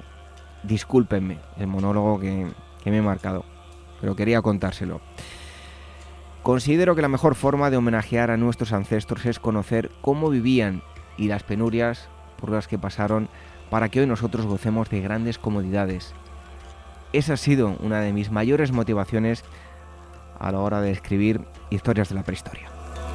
discúlpenme el monólogo que, que me he marcado, pero quería contárselo. Considero que la mejor forma de homenajear a nuestros ancestros es conocer cómo vivían y las penurias por las que pasaron para que hoy nosotros gocemos de grandes comodidades. Esa ha sido una de mis mayores motivaciones a la hora de escribir historias de la prehistoria.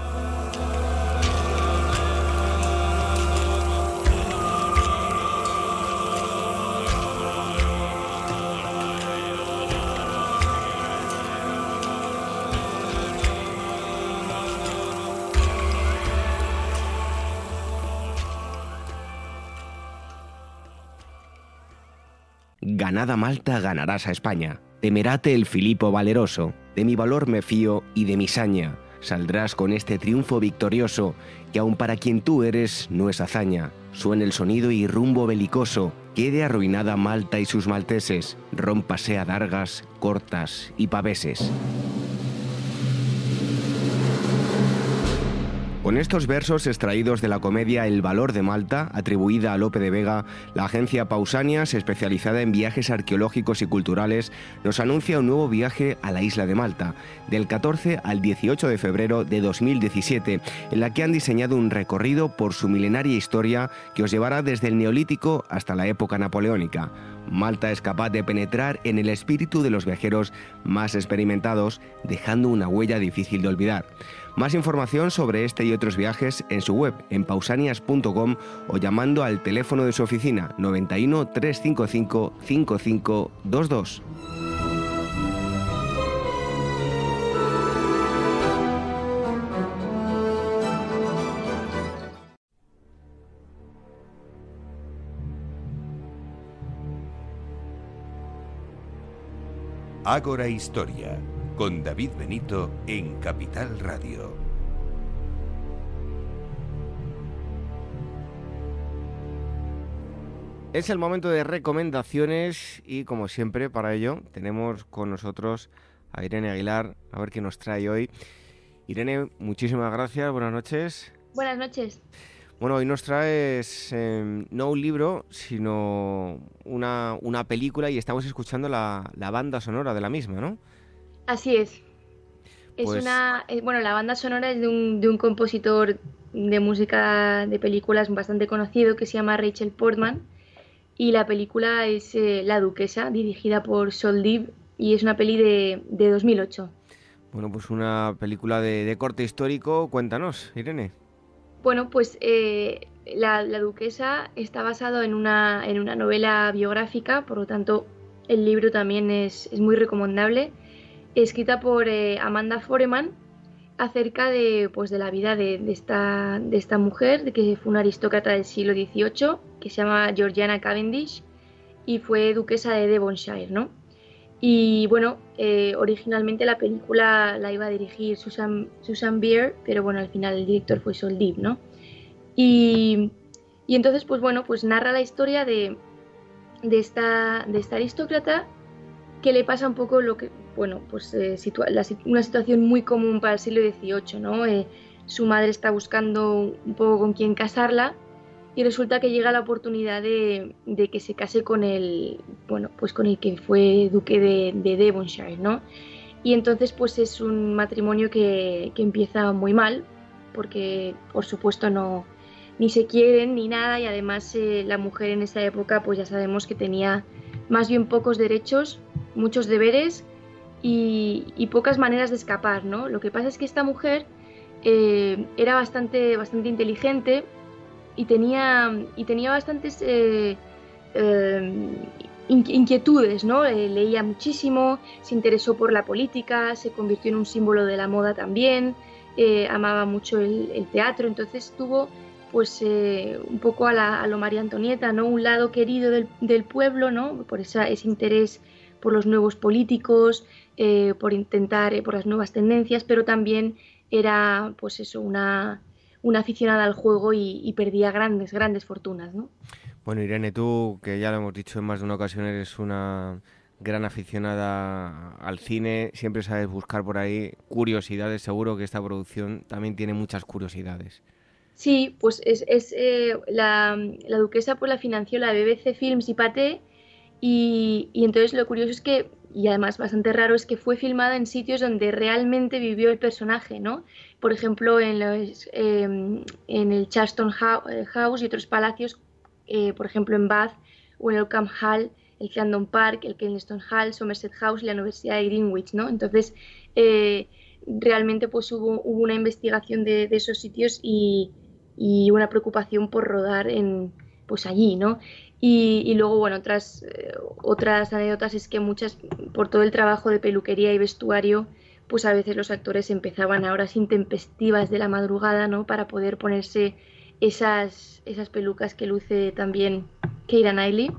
Ganada Malta ganarás a España. Temerate el Filipo valeroso. De mi valor me fío y de mi saña. Saldrás con este triunfo victorioso, que aun para quien tú eres no es hazaña. Suene el sonido y rumbo belicoso. Quede arruinada Malta y sus malteses. Rómpase adargas, cortas y paveses. Con estos versos extraídos de la comedia El valor de Malta, atribuida a Lope de Vega, la agencia Pausanias, especializada en viajes arqueológicos y culturales, nos anuncia un nuevo viaje a la isla de Malta, del catorce al dieciocho de febrero de dos mil diecisiete, en la que han diseñado un recorrido por su milenaria historia que os llevará desde el Neolítico hasta la época napoleónica. Malta es capaz de penetrar en el espíritu de los viajeros más experimentados, dejando una huella difícil de olvidar. Más información sobre este y otros viajes en su web, en pausanias punto com, o llamando al teléfono de su oficina noventa y uno, trescientos cincuenta y cinco, cincuenta y cinco veintidós. Ágora Historia, con David Benito en Capital Radio. Es el momento de recomendaciones y, como siempre, para ello tenemos con nosotros a Irene Aguilar, a ver qué nos trae hoy. Irene, muchísimas gracias, buenas noches. Buenas noches. Bueno, hoy nos traes eh, no un libro, sino una, una película, y estamos escuchando la, la banda sonora de la misma, ¿no? Así es. Es Pues... una, eh, bueno, la banda sonora es de un, de un compositor de música de películas bastante conocido que se llama Rachel Portman, y la película es eh, La Duquesa, dirigida por Sol Deeb, y es una peli de, de dos mil ocho. Bueno, pues una película de, de corte histórico. Cuéntanos, Irene. Bueno, pues eh, la, la Duquesa está basado en una, en una novela biográfica, por lo tanto el libro también es, es muy recomendable, escrita por eh, Amanda Foreman, acerca de, pues, de la vida de, de, esta, de esta mujer, de que fue una aristócrata del siglo dieciocho, que se llama Georgiana Cavendish, y fue duquesa de Devonshire, ¿no? Y bueno, eh, originalmente la película la iba a dirigir Susan, Susan Bier, pero bueno, al final el director fue Sol Deeb, ¿no? Y, y entonces, pues bueno, pues narra la historia de, de, esta, de esta aristócrata, que le pasa un poco lo que, bueno, pues eh, situa- la, una situación muy común para el siglo dieciocho, ¿no? Eh, su madre está buscando un poco con quién casarla, y resulta que llega la oportunidad de, de que se case con el, bueno, pues con el que fue duque de, de Devonshire, ¿no? Y entonces pues es un matrimonio que, que empieza muy mal, porque por supuesto no ni se quieren ni nada, y además eh, la mujer en esa época pues ya sabemos que tenía más bien pocos derechos, muchos deberes y, y pocas maneras de escapar, ¿no? Lo que pasa es que esta mujer eh, era bastante, bastante inteligente, y tenía, y tenía bastantes eh, eh, inquietudes, ¿no? Eh, leía muchísimo, se interesó por la política, se convirtió en un símbolo de la moda también, eh, amaba mucho el, el teatro, entonces tuvo pues eh, un poco a, la, a lo María Antonieta, ¿no? Un lado querido del, del pueblo, ¿no? Por esa, ese interés por los nuevos políticos, eh, por intentar, eh, por las nuevas tendencias, pero también era pues eso, una... una aficionada al juego y, y perdía grandes, grandes fortunas, ¿no? Bueno, Irene, tú, que ya lo hemos dicho en más de una ocasión, eres una gran aficionada al cine, siempre sabes buscar por ahí curiosidades, seguro que esta producción también tiene muchas curiosidades. Sí, pues es, es eh, la, la Duquesa pues la financió la B B C Films y Pathé, Y, y entonces lo curioso es que, y además bastante raro, es que fue filmada en sitios donde realmente vivió el personaje, ¿no? Por ejemplo, en, los, eh, en el Charlton House y otros palacios, eh, por ejemplo en Bath o en el Oakham Hall, el Clarendon Park, el Kensington Hall, Somerset House y la Universidad de Greenwich, ¿no? Entonces, eh, realmente pues hubo, hubo una investigación de, de esos sitios y, y una preocupación por rodar en, pues allí, ¿no? Y, y luego, bueno, otras, eh, otras anécdotas es que muchas, por todo el trabajo de peluquería y vestuario, pues a veces los actores empezaban a horas intempestivas de la madrugada, ¿no? Para poder ponerse esas, esas pelucas que luce también Keira Knightley.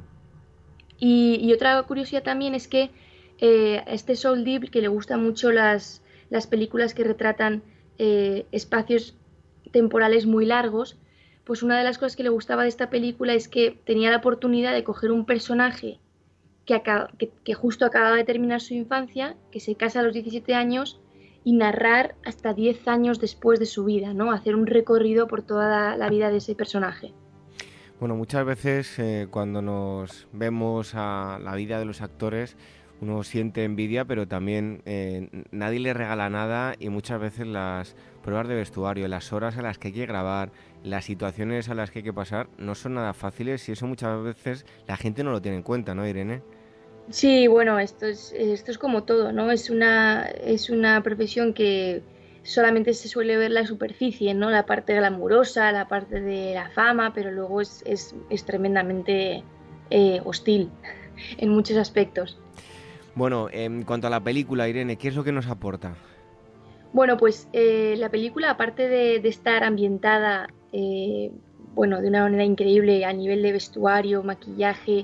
Y, y otra curiosidad también es que eh, a este Saul Deeb, que le gustan mucho las, las películas que retratan eh, espacios temporales muy largos, pues una de las cosas que le gustaba de esta película es que tenía la oportunidad de coger un personaje que, acaba, que, que justo acababa de terminar su infancia, que se casa a los diecisiete años, y narrar hasta diez años después de su vida, ¿no? Hacer un recorrido por toda la, la vida de ese personaje. Bueno, muchas veces eh, cuando nos vemos a la vida de los actores, uno siente envidia, pero también eh, nadie le regala nada y muchas veces las pruebas de vestuario, las horas a las que hay que grabar, las situaciones a las que hay que pasar, no son nada fáciles y eso muchas veces la gente no lo tiene en cuenta, ¿no, Irene? Sí, bueno, esto es, esto es como todo, ¿no? Es una, es una profesión que solamente se suele ver la superficie, ¿no? La parte glamurosa, la parte de la fama, pero luego es, es, es tremendamente eh, hostil en muchos aspectos. Bueno, en cuanto a la película, Irene, ¿qué es lo que nos aporta? Bueno, pues eh, la película, aparte de, de estar ambientada, eh, bueno, de una manera increíble a nivel de vestuario, maquillaje,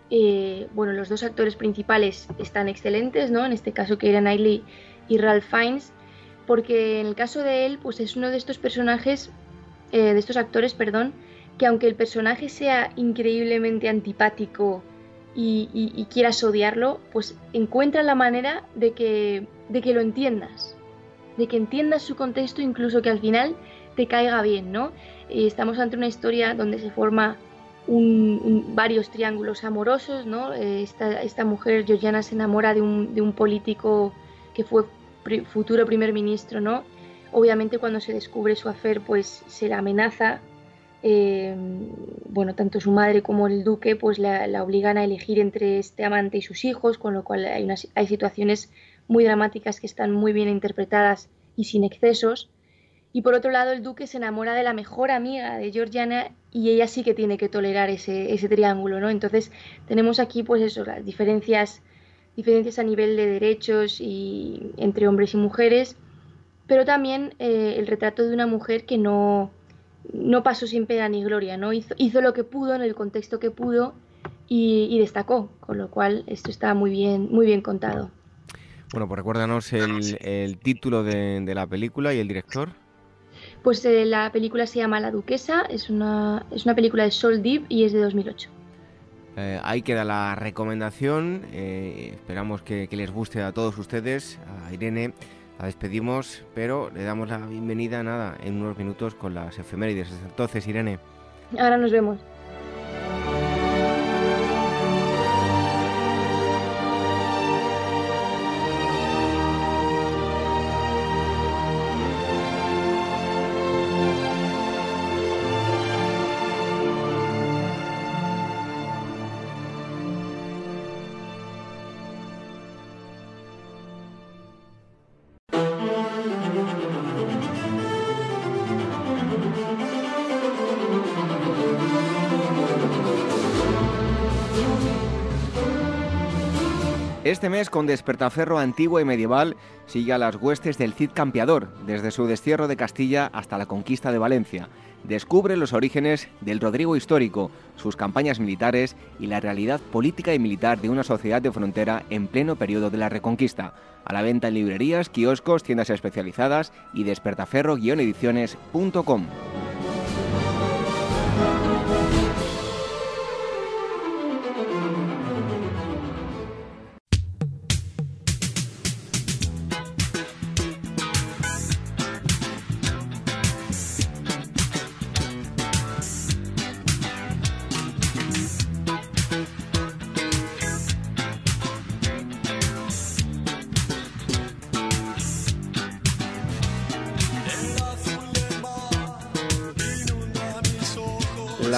eh, bueno, los dos actores principales están excelentes, ¿no? En este caso Keira Knightley y Ralph Fiennes, porque en el caso de él, pues es uno de estos personajes, eh, de estos actores, perdón, que aunque el personaje sea increíblemente antipático y, y, y quieras odiarlo, pues encuentra la manera de que, de que lo entiendas, de que entiendas su contexto, incluso que al final te caiga bien, ¿no? Eh, estamos ante una historia donde se forma un, un, varios triángulos amorosos, ¿no? Eh, esta, esta mujer, Georgiana, se enamora de un, de un político que fue pri- futuro primer ministro, ¿no? Obviamente cuando se descubre su affair, pues se la amenaza. Eh, bueno, tanto su madre como el duque pues la, la obligan a elegir entre este amante y sus hijos, con lo cual hay, unas, hay situaciones muy dramáticas que están muy bien interpretadas y sin excesos. Y por otro lado, el duque se enamora de la mejor amiga de Georgiana y ella sí que tiene que tolerar ese, ese triángulo, ¿no? Entonces tenemos aquí pues eso, las diferencias, diferencias a nivel de derechos y entre hombres y mujeres, pero también eh, el retrato de una mujer que no no pasó sin pena ni gloria, ¿no? Hizo, hizo lo que pudo en el contexto que pudo y, y destacó, con lo cual esto está muy bien, muy bien contado. Bueno, pues recuérdanos el, el título de, de la película y el director. Pues eh, la película se llama La Duquesa, es una, es una película de Saul Deeb y es de dos mil ocho. Eh, ahí queda la recomendación, eh, esperamos que, que les guste a todos ustedes, a Irene. La despedimos, pero le damos la bienvenida, nada, en unos minutos con las efemérides. Hasta entonces, Irene. Ahora nos vemos. Este mes, con Despertaferro antiguo y medieval, sigue a las huestes del Cid Campeador, desde su destierro de Castilla hasta la conquista de Valencia. Descubre los orígenes del Rodrigo histórico, sus campañas militares y la realidad política y militar de una sociedad de frontera en pleno periodo de la Reconquista. A la venta en librerías, kioscos, tiendas especializadas y despertaferro guion ediciones punto com.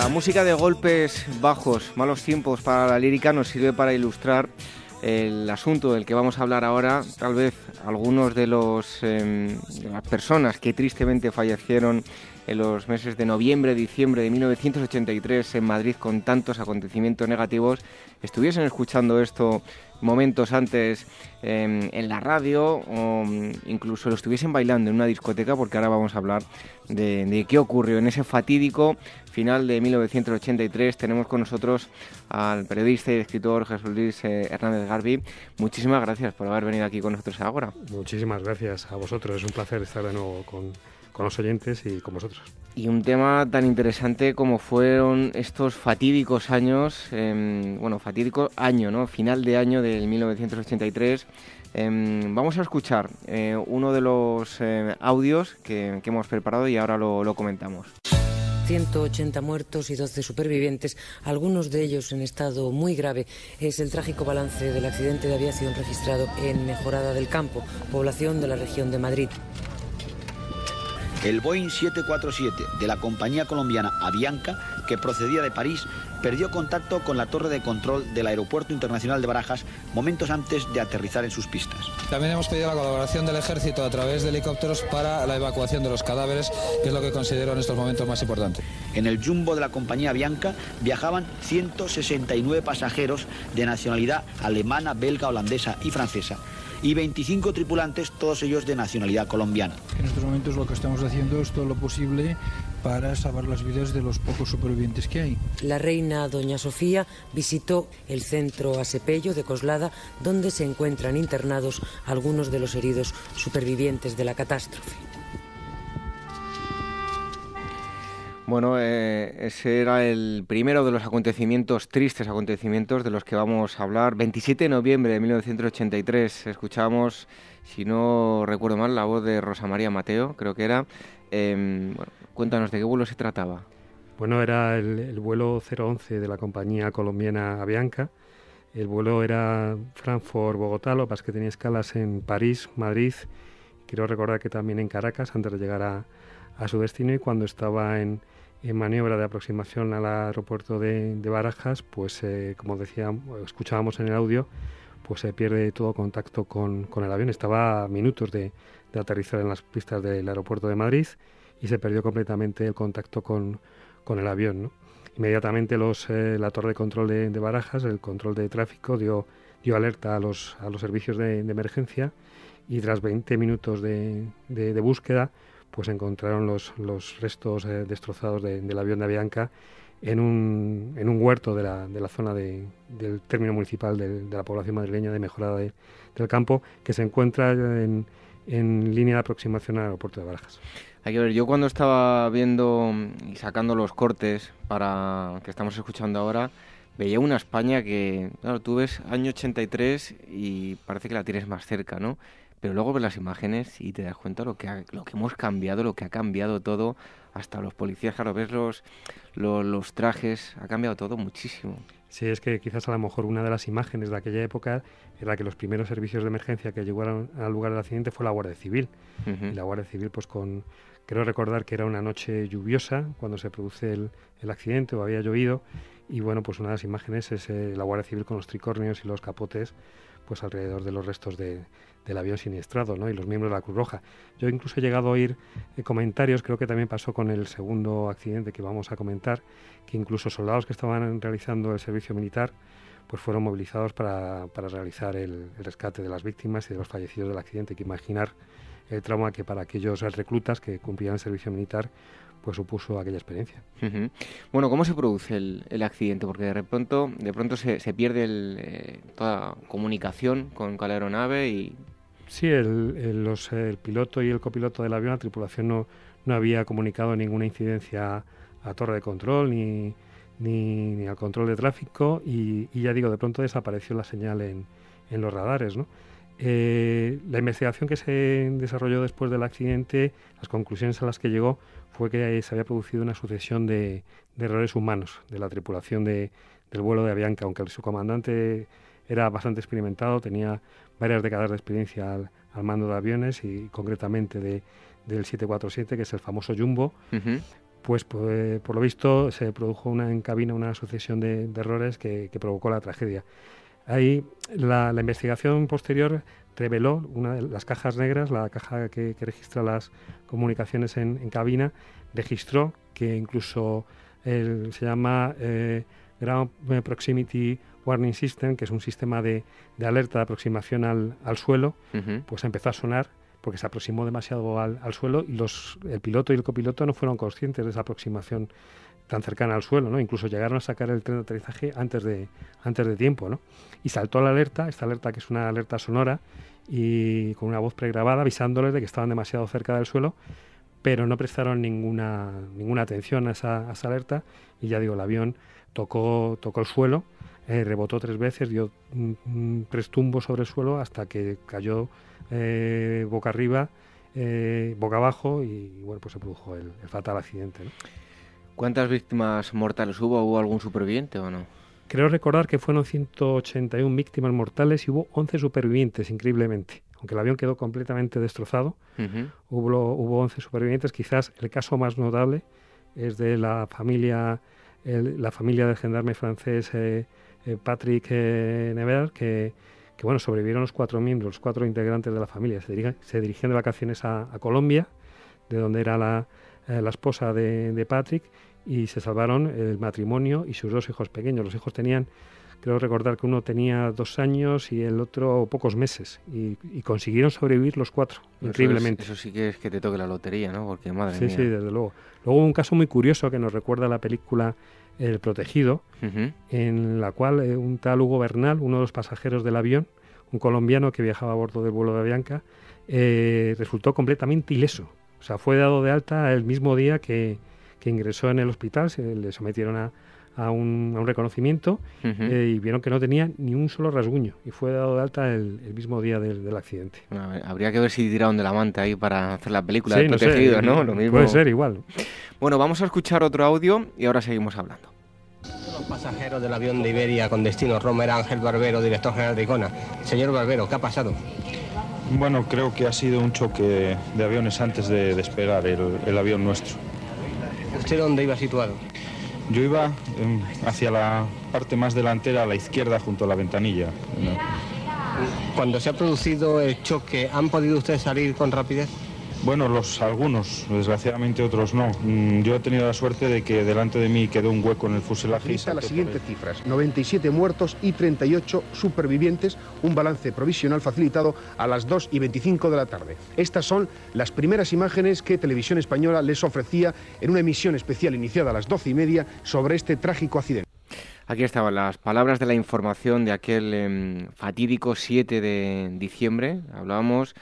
La música de golpes bajos, malos tiempos para la lírica nos sirve para ilustrar el asunto del que vamos a hablar ahora. Tal vez algunos de, los, eh, de las personas que tristemente fallecieron en los meses de noviembre, diciembre de mil novecientos ochenta y tres en Madrid con tantos acontecimientos negativos, estuviesen escuchando esto momentos antes eh, en la radio o incluso lo estuviesen bailando en una discoteca, porque ahora vamos a hablar de, de qué ocurrió en ese fatídico final de mil novecientos ochenta y tres. Tenemos con nosotros al periodista y escritor Jesús Luis eh, Hernández Garbi. Muchísimas gracias por haber venido aquí con nosotros ahora. Muchísimas gracias a vosotros, es un placer estar de nuevo con, con los oyentes y con vosotros. Y un tema tan interesante como fueron estos fatídicos años, eh, bueno, fatídico año, ¿no? Final de año del mil novecientos ochenta y tres. Eh, vamos a escuchar eh, uno de los eh, audios que, que hemos preparado y ahora lo, lo comentamos. ciento ochenta muertos y doce supervivientes, algunos de ellos en estado muy grave. Es el trágico balance del accidente de aviación registrado en Mejorada del Campo, población de la región de Madrid. El Boeing siete cuatro siete de la compañía colombiana Avianca, que procedía de París, perdió contacto con la torre de control del Aeropuerto Internacional de Barajas momentos antes de aterrizar en sus pistas. También hemos pedido la colaboración del Ejército a través de helicópteros para la evacuación de los cadáveres, que es lo que considero en estos momentos más importante. En el jumbo de la compañía Avianca viajaban ciento sesenta y nueve pasajeros de nacionalidad alemana, belga, holandesa y francesa, y veinticinco tripulantes, todos ellos de nacionalidad colombiana. En estos momentos lo que estamos haciendo es todo lo posible para salvar las vidas de los pocos supervivientes que hay. La reina doña Sofía visitó el centro Asepello de Coslada, donde se encuentran internados algunos de los heridos supervivientes de la catástrofe. Bueno, eh, ese era el primero de los acontecimientos, tristes acontecimientos de los que vamos a hablar. veintisiete de noviembre de mil novecientos ochenta y tres escuchamos, si no recuerdo mal, la voz de Rosa María Mateo, creo que era. Eh, bueno, cuéntanos, ¿de qué vuelo se trataba? Bueno, era el, el vuelo cero once de la compañía colombiana Avianca. El vuelo era Frankfurt-Bogotá, lo que pasa es que tenía escalas en París, Madrid, quiero recordar que también en Caracas, antes de llegar a, a su destino, y cuando estaba en en maniobra de aproximación al aeropuerto de, de Barajas, pues eh, como decía, escuchábamos en el audio, pues se pierde todo contacto con, con el avión. Estaba a minutos de, de aterrizar en las pistas del aeropuerto de Madrid y se perdió completamente el contacto con, con el avión, ¿no? Inmediatamente los, eh, la torre de control de, de Barajas, el control de tráfico, dio, dio alerta a los, a los servicios de, de emergencia, y tras veinte minutos de, de, de búsqueda, pues encontraron los, los restos eh, destrozados de, del avión de Avianca en un, en un huerto de la, de la zona de, del término municipal de, de la población madrileña de Mejorada de, del Campo, que se encuentra en, en línea de aproximación al aeropuerto de Barajas. Hay que ver, yo cuando estaba viendo y sacando los cortes para que estamos escuchando ahora, veía una España que, claro, tú ves año ochenta y tres y parece que la tienes más cerca, ¿no? Pero luego ves las imágenes y te das cuenta lo que ha, lo que hemos cambiado, lo que ha cambiado todo, hasta los policías, claro, ves los, los, los trajes, ha cambiado todo muchísimo. Sí, es que quizás a lo mejor una de las imágenes de aquella época era que los primeros servicios de emergencia que llegaron al lugar del accidente fue la Guardia Civil. Uh-huh. Y la Guardia Civil, pues con, creo recordar que era una noche lluviosa cuando se produce el, el accidente, o había llovido, y bueno, pues una de las imágenes es eh, la Guardia Civil con los tricornios y los capotes, pues alrededor de los restos de, del avión siniestrado, ¿no? Y los miembros de la Cruz Roja. Yo incluso he llegado a oír eh, comentarios, creo que también pasó con el segundo accidente que vamos a comentar, que incluso soldados que estaban realizando el servicio militar pues fueron movilizados para, para realizar el, el rescate de las víctimas y de los fallecidos del accidente. Hay que imaginar el trauma que para aquellos reclutas que cumplían el servicio militar pues supuso aquella experiencia. Uh-huh. Bueno, ¿cómo se produce el, el accidente? Porque de pronto, de pronto se, se pierde el, eh, toda comunicación con, con la aeronave y... Sí, el, el, los, el piloto y el copiloto del avión, la tripulación no, no había comunicado ninguna incidencia a torre de control ni, ni, ni al control de tráfico, y, y ya digo, de pronto desapareció la señal en, en los radares, ¿no? Eh, la investigación que se desarrolló después del accidente, las conclusiones a las que llegó fue que se había producido una sucesión de, de errores humanos de la tripulación de, del vuelo de Avianca, aunque su comandante era bastante experimentado, tenía varias décadas de experiencia al, al mando de aviones y concretamente de, del siete cuatro siete, que es el famoso Jumbo. Uh-huh. pues, pues por lo visto se produjo una, en cabina una sucesión de, de errores que, que provocó la tragedia. Ahí la, la investigación posterior reveló una de las cajas negras, la caja que, que registra las comunicaciones en, en cabina, registró que incluso el, se llama eh, Ground Proximity Warning System, que es un sistema de, de alerta de aproximación al, al suelo, uh-huh. pues empezó a sonar porque se aproximó demasiado al, al suelo y los, el piloto y el copiloto no fueron conscientes de esa aproximación tan cercana al suelo, ¿no? Incluso llegaron a sacar el tren de aterrizaje antes de, antes de tiempo, ¿no? Y saltó la alerta, esta alerta que es una alerta sonora y con una voz pregrabada avisándoles de que estaban demasiado cerca del suelo, pero no prestaron ninguna, ninguna atención a esa, a esa alerta y ya digo, el avión tocó, tocó el suelo, eh, rebotó tres veces, dio mm, tres tumbos sobre el suelo hasta que cayó eh, boca arriba, eh, boca abajo y, y bueno, pues se produjo el, el fatal accidente, ¿no? ¿Cuántas víctimas mortales hubo? ¿Hubo algún superviviente o no? Creo recordar que fueron ciento ochenta y una víctimas mortales y hubo once supervivientes, increíblemente. Aunque el avión quedó completamente destrozado, uh-huh. hubo, hubo once supervivientes. Quizás el caso más notable es de la familia, el, la familia del gendarme francés eh, eh, Patrick eh, Nevers, que, que bueno, sobrevivieron los cuatro miembros, los cuatro integrantes de la familia. Se, dirige, se dirigían de vacaciones a, a Colombia, de donde era la, eh, la esposa de, de Patrick, y se salvaron el matrimonio y sus dos hijos pequeños. Los hijos tenían, creo recordar que uno tenía dos años y el otro pocos meses, y, y consiguieron sobrevivir los cuatro, eso increíblemente. Es, eso sí que es que te toque la lotería, ¿no? Porque madre sí, mía. Sí, sí, desde luego. Luego un caso muy curioso que nos recuerda a la película El Protegido, uh-huh. en la cual eh, un tal Hugo Bernal, uno de los pasajeros del avión, un colombiano que viajaba a bordo del vuelo de Avianca, eh, resultó completamente ileso. O sea, fue dado de alta el mismo día que que ingresó en el hospital, se le sometieron a, a, un, a un reconocimiento uh-huh. eh, y vieron que no tenía ni un solo rasguño y fue dado de alta el, el mismo día del, del accidente. Bueno, ver, habría que ver si tiraron de la manta ahí para hacer la película sí, de no Protegido, sé, ¿no? Lo mismo. Puede ser igual. Bueno, vamos a escuchar otro audio y ahora seguimos hablando. Los pasajeros del avión de Iberia con destino Roma era Ángel Barbero, director general de ICONA. Señor Barbero, ¿qué ha pasado? Bueno, creo que ha sido un choque de aviones antes de despegar el, el avión nuestro. ¿Usted dónde iba situado? Yo iba eh, hacia la parte más delantera, a la izquierda, junto a la ventanilla. ¿No? Cuando se ha producido el choque, ¿han podido ustedes salir con rapidez? Bueno, los algunos, desgraciadamente otros no. Yo he tenido la suerte de que delante de mí quedó un hueco en el fuselaje. Lista las siguientes cifras: noventa y siete muertos y treinta y ocho supervivientes, un balance provisional facilitado a las dos y veinticinco de la tarde. Estas son las primeras imágenes que Televisión Española les ofrecía en una emisión especial iniciada a las doce y media sobre este trágico accidente. Aquí estaban las palabras de la información de aquel eh, fatídico siete de diciembre. Hablábamos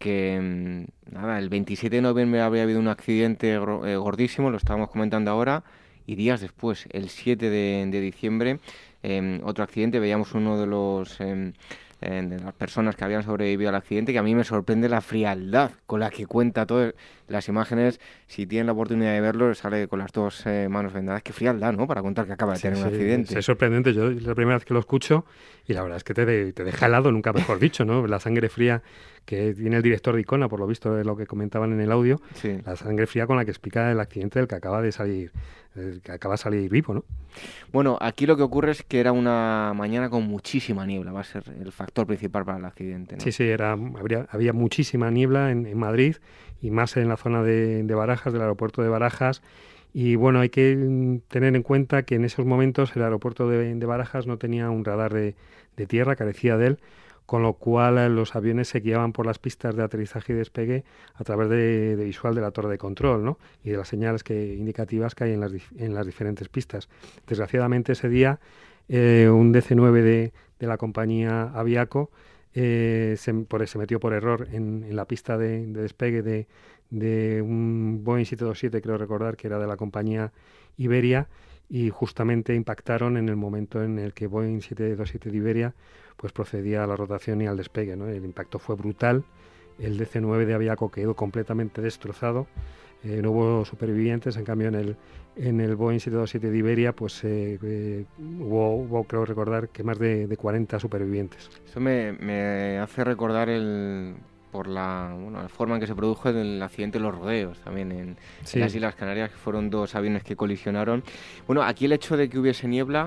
que nada, el veintisiete de noviembre habría habido un accidente gordísimo, lo estábamos comentando ahora, y días después, el siete de diciembre, eh, otro accidente. Veíamos uno de los eh, eh, de las personas que habían sobrevivido al accidente, que a mí me sorprende la frialdad con la que cuenta todas las imágenes. Si tienen la oportunidad de verlo, sale con las dos eh, manos vendadas. Qué frialdad, ¿no?, para contar que acaba de sí, tener sí, un accidente. Es sorprendente, yo es la primera vez que lo escucho y la verdad es que te, de, te deja helado, nunca mejor dicho, ¿no? La sangre fría que tiene el director de ICONA, por lo visto de lo que comentaban en el audio, sí. La sangre fría con la que explica el accidente del que acaba de salir, el que acaba de salir vivo, ¿no? Bueno, aquí lo que ocurre es que era una mañana con muchísima niebla, va a ser el factor principal para el accidente, ¿no? Sí, sí, era, habría, había muchísima niebla en, en Madrid y más en la zona de, de Barajas, del aeropuerto de Barajas. Y bueno, hay que tener en cuenta que en esos momentos el aeropuerto de, de Barajas no tenía un radar de, de tierra, carecía de él, con lo cual los aviones se guiaban por las pistas de aterrizaje y despegue a través de, de visual de la torre de control, ¿no?, y de las señales que, indicativas que hay en las, en las diferentes pistas. Desgraciadamente ese día eh, un D C nueve de, de la compañía Aviaco eh, se, por, se metió por error en, en la pista de, de despegue de, de un Boeing siete veintisiete, creo recordar que era de la compañía Iberia, y justamente impactaron en el momento en el que Boeing siete veintisiete de Iberia pues procedía a la rotación y al despegue, ¿no? El impacto fue brutal, el D C nueve de Aviaco quedó completamente destrozado, eh, no hubo supervivientes, en cambio en el, en el Boeing siete veintisiete de Iberia pues eh, eh, hubo, hubo, creo recordar, que más de, de cuarenta supervivientes. Eso me, me hace recordar el por la, bueno, la forma en que se produjo el accidente de los rodeos, también en, sí. en las Islas Canarias, que fueron dos aviones que colisionaron. Bueno, aquí el hecho de que hubiese niebla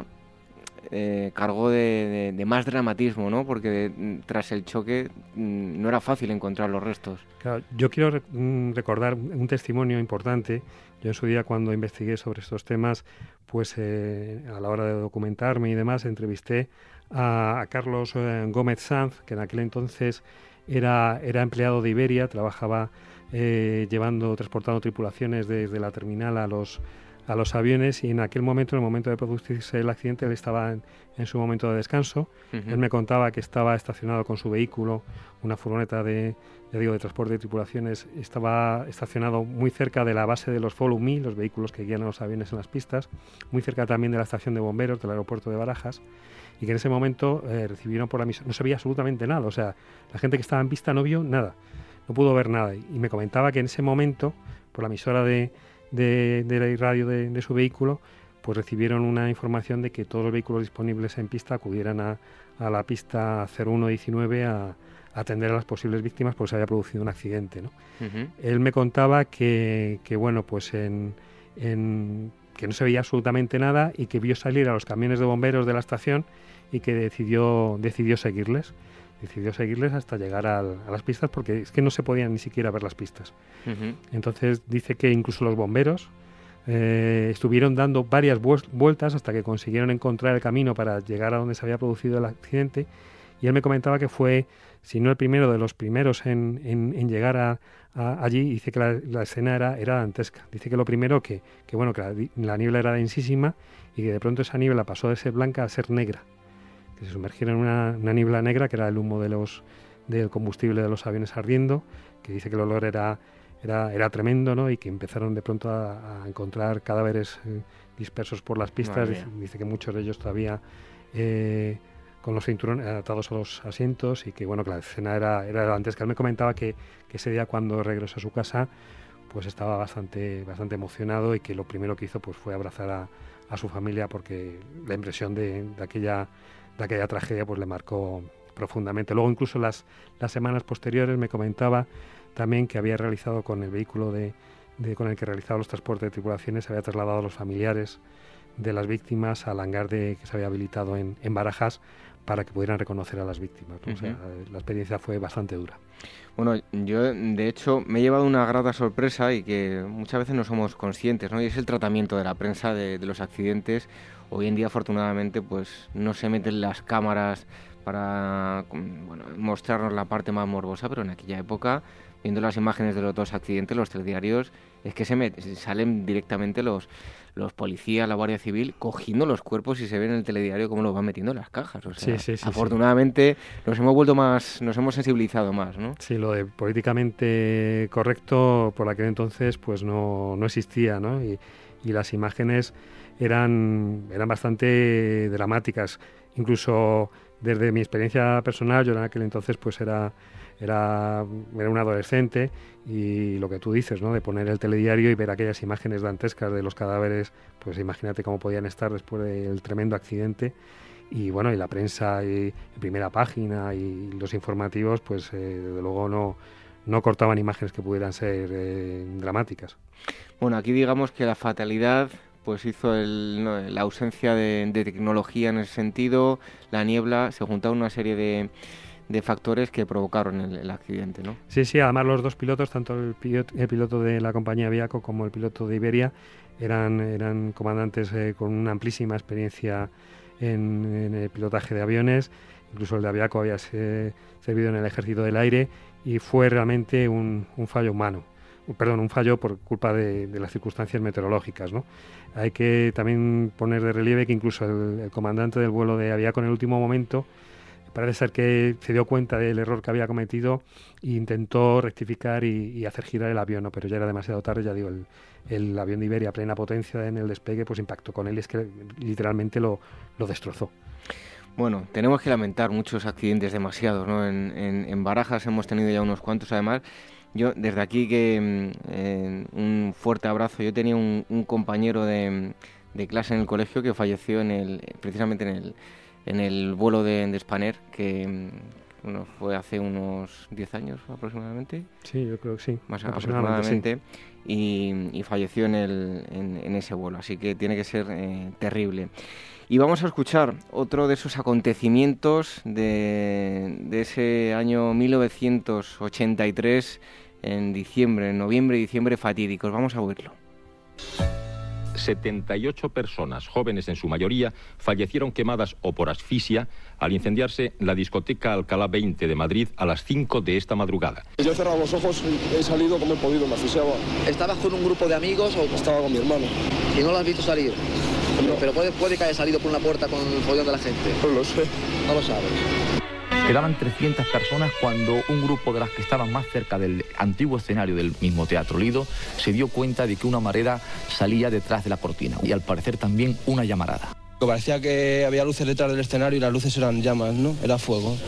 eh, cargó de, de, de más dramatismo, ¿no? Porque de, tras el choque mm, no era fácil encontrar los restos. Claro, yo quiero rec- recordar un testimonio importante. Yo en su día, cuando investigué sobre estos temas, pues eh, a la hora de documentarme y demás, entrevisté a, a Carlos eh, Gómez Sanz, que en aquel entonces era, era empleado de Iberia, trabajaba eh, llevando, transportando tripulaciones desde la terminal a los, a los aviones, y en aquel momento, en el momento de producirse el accidente, él estaba en, en su momento de descanso. Uh-huh. Él me contaba que estaba estacionado con su vehículo, una furgoneta de, ya digo, de transporte de tripulaciones, estaba estacionado muy cerca de la base de los Follow Me, los vehículos que guían a los aviones en las pistas, muy cerca también de la estación de bomberos del aeropuerto de Barajas, y que en ese momento eh, recibieron por la emisora, no se veía absolutamente nada, o sea, la gente que estaba en pista no vio nada, no pudo ver nada, y me comentaba que en ese momento, por la emisora de, de, de la radio de, de su vehículo, pues recibieron una información de que todos los vehículos disponibles en pista acudieran a, a la pista cero uno diecinueve a, a atender a las posibles víctimas porque se había producido un accidente, ¿no? Uh-huh. Él me contaba que, que bueno, pues en, en que no se veía absolutamente nada y que vio salir a los camiones de bomberos de la estación y que decidió decidió seguirles. Decidió seguirles hasta llegar al, a las pistas porque es que no se podían ni siquiera ver las pistas. Uh-huh. Entonces dice que incluso los bomberos eh, estuvieron dando varias vueltas hasta que consiguieron encontrar el camino para llegar a donde se había producido el accidente, y él me comentaba que fue, si no el primero, de los primeros en, en, en llegar a, a allí. Dice que la, la escena era, era dantesca. Dice que lo primero que, que bueno, que la, la niebla era densísima y que de pronto esa niebla pasó de ser blanca a ser negra, que se sumergiera en una, una niebla negra, que era el humo de los, del combustible de los aviones ardiendo, que dice que el olor era, era, era tremendo, ¿no? Y que empezaron de pronto a, a encontrar cadáveres eh, dispersos por las pistas. Dice, dice que muchos de ellos todavía eh, con los cinturones atados a los asientos, y que bueno, que la escena era, era dantesca. Él me comentaba que, que ese día, cuando regresó a su casa, pues estaba bastante, bastante emocionado, y que lo primero que hizo pues fue abrazar a, a su familia, porque la impresión de, de aquella de aquella tragedia pues le marcó profundamente. Luego, incluso las, las semanas posteriores, me comentaba también que había realizado con el vehículo de, de, con el que realizaba los transportes de tripulaciones, había trasladado a los familiares de las víctimas al hangar de, que se había habilitado en, en Barajas, para que pudieran reconocer a las víctimas, ¿no? Uh-huh. O sea, la experiencia fue bastante dura. Bueno, yo de hecho me he llevado una grata sorpresa, y que muchas veces no somos conscientes, ¿no? Y es el tratamiento de la prensa de, de los accidentes. Hoy en día, afortunadamente, pues no se meten las cámaras para, bueno, mostrarnos la parte más morbosa, pero en aquella época, viendo las imágenes de los dos accidentes, los telediarios, es que se met- salen directamente los, los policías, la Guardia Civil, cogiendo los cuerpos, y se ve en el telediario cómo los van metiendo en las cajas. O sea, sí, sí, sí, afortunadamente sí. nos hemos vuelto más, nos hemos sensibilizado más, ¿no? Sí, lo de políticamente correcto por aquel entonces pues no, no existía, ¿no? Y, y las imágenes eran, eran bastante dramáticas. Incluso desde mi experiencia personal, yo en aquel entonces pues era... Era, era un adolescente, y lo que tú dices, ¿no? De poner el telediario y ver aquellas imágenes dantescas de los cadáveres, pues imagínate cómo podían estar después del tremendo accidente. Y bueno, y la prensa y, en primera página y los informativos, pues eh, desde luego no, no cortaban imágenes que pudieran ser eh, dramáticas. Bueno, aquí digamos que la fatalidad pues hizo el, no, la ausencia de, de tecnología en ese sentido, la niebla, se juntaron una serie de de factores que provocaron el, el accidente, ¿no? Sí, sí, además los dos pilotos, tanto el piloto, el piloto de la compañía Aviaco como el piloto de Iberia, eran, eran comandantes eh, con una amplísima experiencia en, en el pilotaje de aviones. Incluso el de Aviaco había se, servido en el Ejército del Aire, y fue realmente un, un fallo humano. Perdón, un fallo por culpa de, de las circunstancias meteorológicas, ¿no? Hay que también poner de relieve que incluso el, el comandante del vuelo de Aviaco, en el último momento, parece ser que se dio cuenta del error que había cometido e intentó rectificar y, y hacer girar el avión, ¿no? Pero ya era demasiado tarde. Ya digo, el, el avión de Iberia a plena potencia en el despegue pues impactó con él, y es que literalmente lo, lo destrozó. Bueno, tenemos que lamentar muchos accidentes, demasiados, ¿no? En, en, en Barajas hemos tenido ya unos cuantos, además. Yo, desde aquí, que eh, un fuerte abrazo. Yo tenía un, un compañero de, de clase en el colegio que falleció en el, precisamente en el... en el vuelo de, de Spanair, que Bueno, fue hace unos diez años aproximadamente. Sí, yo creo que sí. Más aproximadamente. Sí. Y, y falleció en, el, en, en ese vuelo, así que tiene que ser eh, terrible. Y vamos a escuchar otro de esos acontecimientos de, de ese año mil novecientos ochenta y tres, en diciembre, en noviembre y diciembre fatídicos. Vamos a oírlo. setenta y ocho personas, jóvenes en su mayoría, fallecieron quemadas o por asfixia al incendiarse la discoteca Alcalá veinte de Madrid a las cinco de esta madrugada. Yo he cerrado los ojos y he salido como he podido, me asfixiaba. ¿Estabas con un grupo de amigos o...? Estaba con mi hermano. ¿Y no lo has visto salir? No. Pero puede, puede que haya salido por una puerta con el follón de la gente. No lo sé. No lo sabes. Quedaban trescientas personas cuando un grupo de las que estaban más cerca del antiguo escenario del mismo Teatro Lido se dio cuenta de que una humareda salía detrás de la cortina y al parecer también una llamarada. Parecía que había luces detrás del escenario y las luces eran llamas, ¿no? Era fuego.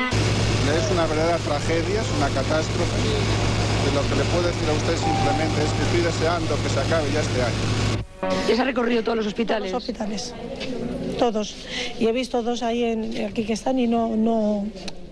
Es una verdadera tragedia, es una catástrofe. Y lo que le puedo decir a usted simplemente es que estoy deseando que se acabe ya este año. ¿Ya se ha recorrido todos los hospitales? Todos los hospitales. Todos. Y he visto dos ahí en, aquí que están y no, no,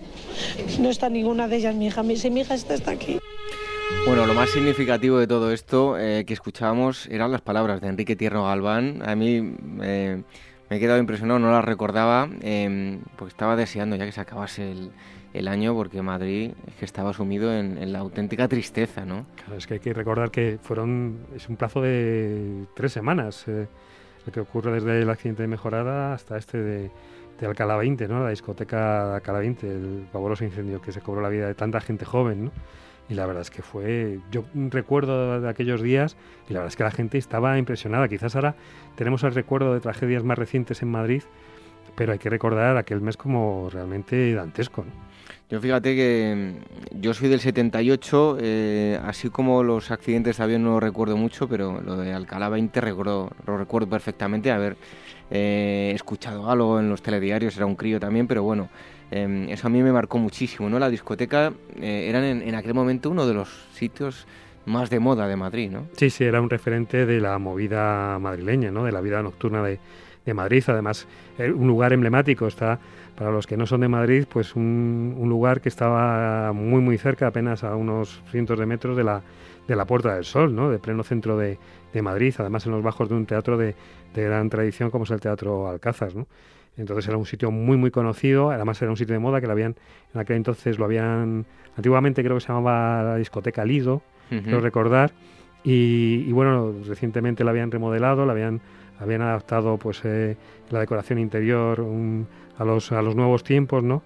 no está ninguna de ellas mi hija. Mi, si mi hija está, está aquí. Bueno, lo más significativo de todo esto eh, que escuchábamos eran las palabras de Enrique Tierno Galván. A mí eh, me he quedado impresionado, no las recordaba, eh, porque estaba deseando ya que se acabase el, el año, porque Madrid es que estaba sumido en, en la auténtica tristeza, ¿no? Claro, es que hay que recordar que fueron es un plazo de tres semanas. Eh, lo que ocurre desde el accidente de Mejorada hasta este de, de Alcalá veinte, ¿no? La discoteca de Alcalá veinte, el pavoroso incendio que se cobró la vida de tanta gente joven, ¿no? Y la verdad es que fue... Yo recuerdo de aquellos días y la verdad es que la gente estaba impresionada. Quizás ahora tenemos el recuerdo de tragedias más recientes en Madrid, pero hay que recordar aquel mes como realmente dantesco, ¿no? Yo fíjate que yo soy del setenta y ocho, eh, así como los accidentes de avión no lo recuerdo mucho, pero lo de Alcalá veinte recuerdo, lo recuerdo perfectamente, haber eh, escuchado algo en los telediarios, era un crío también, pero bueno, eh, eso a mí me marcó muchísimo, ¿no? La discoteca eh, era en, en aquel momento uno de los sitios más de moda de Madrid, ¿no? Sí, sí, era un referente de la movida madrileña, ¿no? De la vida nocturna de, de Madrid, además un lugar emblemático, está... Para los que no son de Madrid, pues un, un lugar que estaba muy muy cerca, apenas a unos cientos de metros de la, de la Puerta del Sol, ¿no? De pleno centro de, de Madrid, además en los bajos de un teatro de, de gran tradición como es el Teatro Alcázar, ¿no? Entonces era un sitio muy muy conocido, además era un sitio de moda que lo habían, en aquel entonces lo habían, antiguamente creo que se llamaba la discoteca Lido, uh-huh. Quiero recordar, y, y bueno, recientemente la habían remodelado, la habían, habían adaptado pues eh, la decoración interior, un, a los a los nuevos tiempos, ¿no?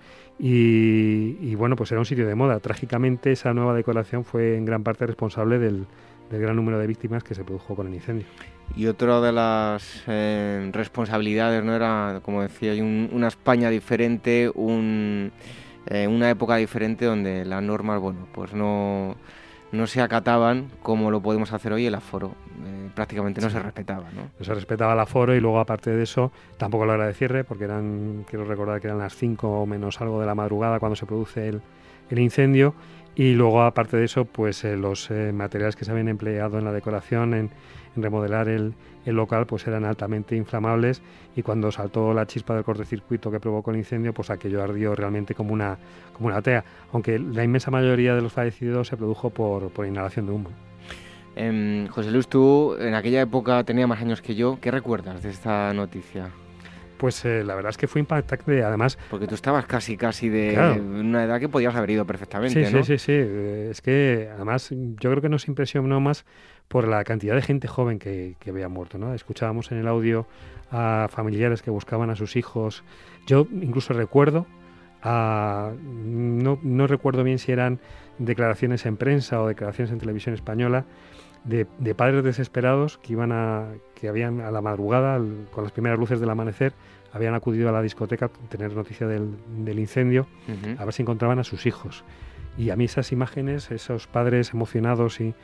Y, y bueno, pues era un sitio de moda. Trágicamente esa nueva decoración fue en gran parte responsable del, del gran número de víctimas que se produjo con el incendio. Y otra de las eh, responsabilidades, ¿no? Era, como decía, un, una España diferente, un, eh, una época diferente donde las normas, bueno, pues no... no se acataban como lo podemos hacer hoy. El aforo eh, prácticamente no sí. se respetaba, ¿no? No se respetaba el aforo y luego aparte de eso tampoco la hora de cierre, porque eran, quiero recordar que eran las cinco menos algo de la madrugada cuando se produce el, el incendio, y luego aparte de eso pues eh, los eh, materiales que se habían empleado en la decoración, en, en remodelar el, el local, pues eran altamente inflamables, y cuando saltó la chispa del cortocircuito que provocó el incendio, pues aquello ardió realmente como una, como una tea, aunque la inmensa mayoría de los fallecidos se produjo por, por inhalación de humo. Eh, José Luis, tú en aquella época tenías más años que yo, ¿qué recuerdas de esta noticia? Pues eh, la verdad es que fue impactante, además... Porque tú estabas casi, casi de, claro. de una edad que podías haber ido perfectamente, sí, ¿no? Sí, sí, sí, es que además yo creo que nos impresionó más por la cantidad de gente joven que, que había muerto, ¿no? Escuchábamos en el audio a familiares que buscaban a sus hijos. Yo incluso recuerdo, a, no, no recuerdo bien si eran declaraciones en prensa o declaraciones en televisión española, de, de padres desesperados que iban a, que habían a la madrugada, al, con las primeras luces del amanecer, habían acudido a la discoteca a tener noticia del, del incendio, uh-huh. a ver si encontraban a sus hijos. Y a mí esas imágenes, esos padres emocionados y,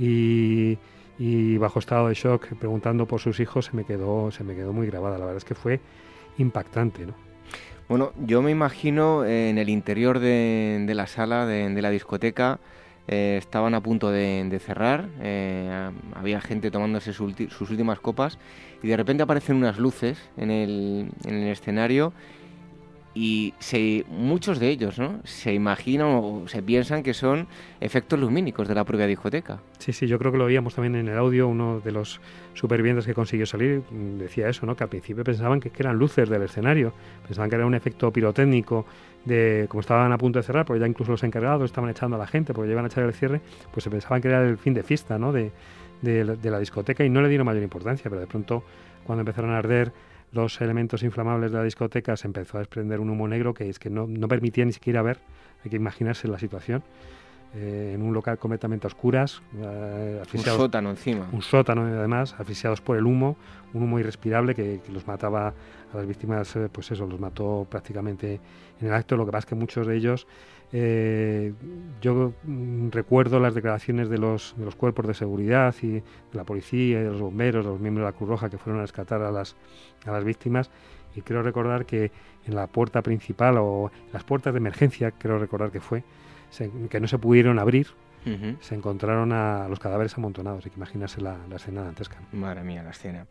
y, y bajo estado de shock preguntando por sus hijos, se me quedó, se me quedó muy grabada. La verdad es que fue impactante, ¿no? Bueno, yo me imagino eh, en el interior de, de la sala, de, de la discoteca, eh, estaban a punto de, de cerrar, eh, había gente tomándose su ulti- sus últimas copas, y de repente aparecen unas luces en el, en el escenario, y se, muchos de ellos, ¿no?, se imaginan o se piensan que son efectos lumínicos de la propia discoteca. Sí, sí, yo creo que lo oíamos también en el audio. Uno de los supervivientes que consiguió salir decía eso, ¿no?, que al principio pensaban que, que eran luces del escenario, pensaban que era un efecto pirotécnico, de como estaban a punto de cerrar, porque ya incluso los encargados estaban echando a la gente, porque ya iban a echar el cierre, pues se pensaban que era el fin de fiesta, ¿no?, de, de, de la discoteca, y no le dieron mayor importancia. Pero de pronto, cuando empezaron a arder los elementos inflamables de la discoteca, se empezó a desprender un humo negro que es que no, no permitía ni siquiera ver. Hay que imaginarse la situación. Eh, en un local completamente a oscuras, eh, un sótano encima. Un sótano, además, asfixiados por el humo, un humo irrespirable que, que los mataba a las víctimas, eh, pues eso, los mató prácticamente en el acto. Lo que pasa es que muchos de ellos, eh, yo mm, recuerdo las declaraciones de los, de los cuerpos de seguridad y de la policía y de los bomberos, de los miembros de la Cruz Roja que fueron a rescatar a las, a las víctimas, y creo recordar que en la puerta principal o las puertas de emergencia, creo recordar que fue, Se, que no se pudieron abrir, uh-huh. se encontraron a los cadáveres amontonados. Hay que imaginarse la, la escena dantesca. Madre mía, la escena.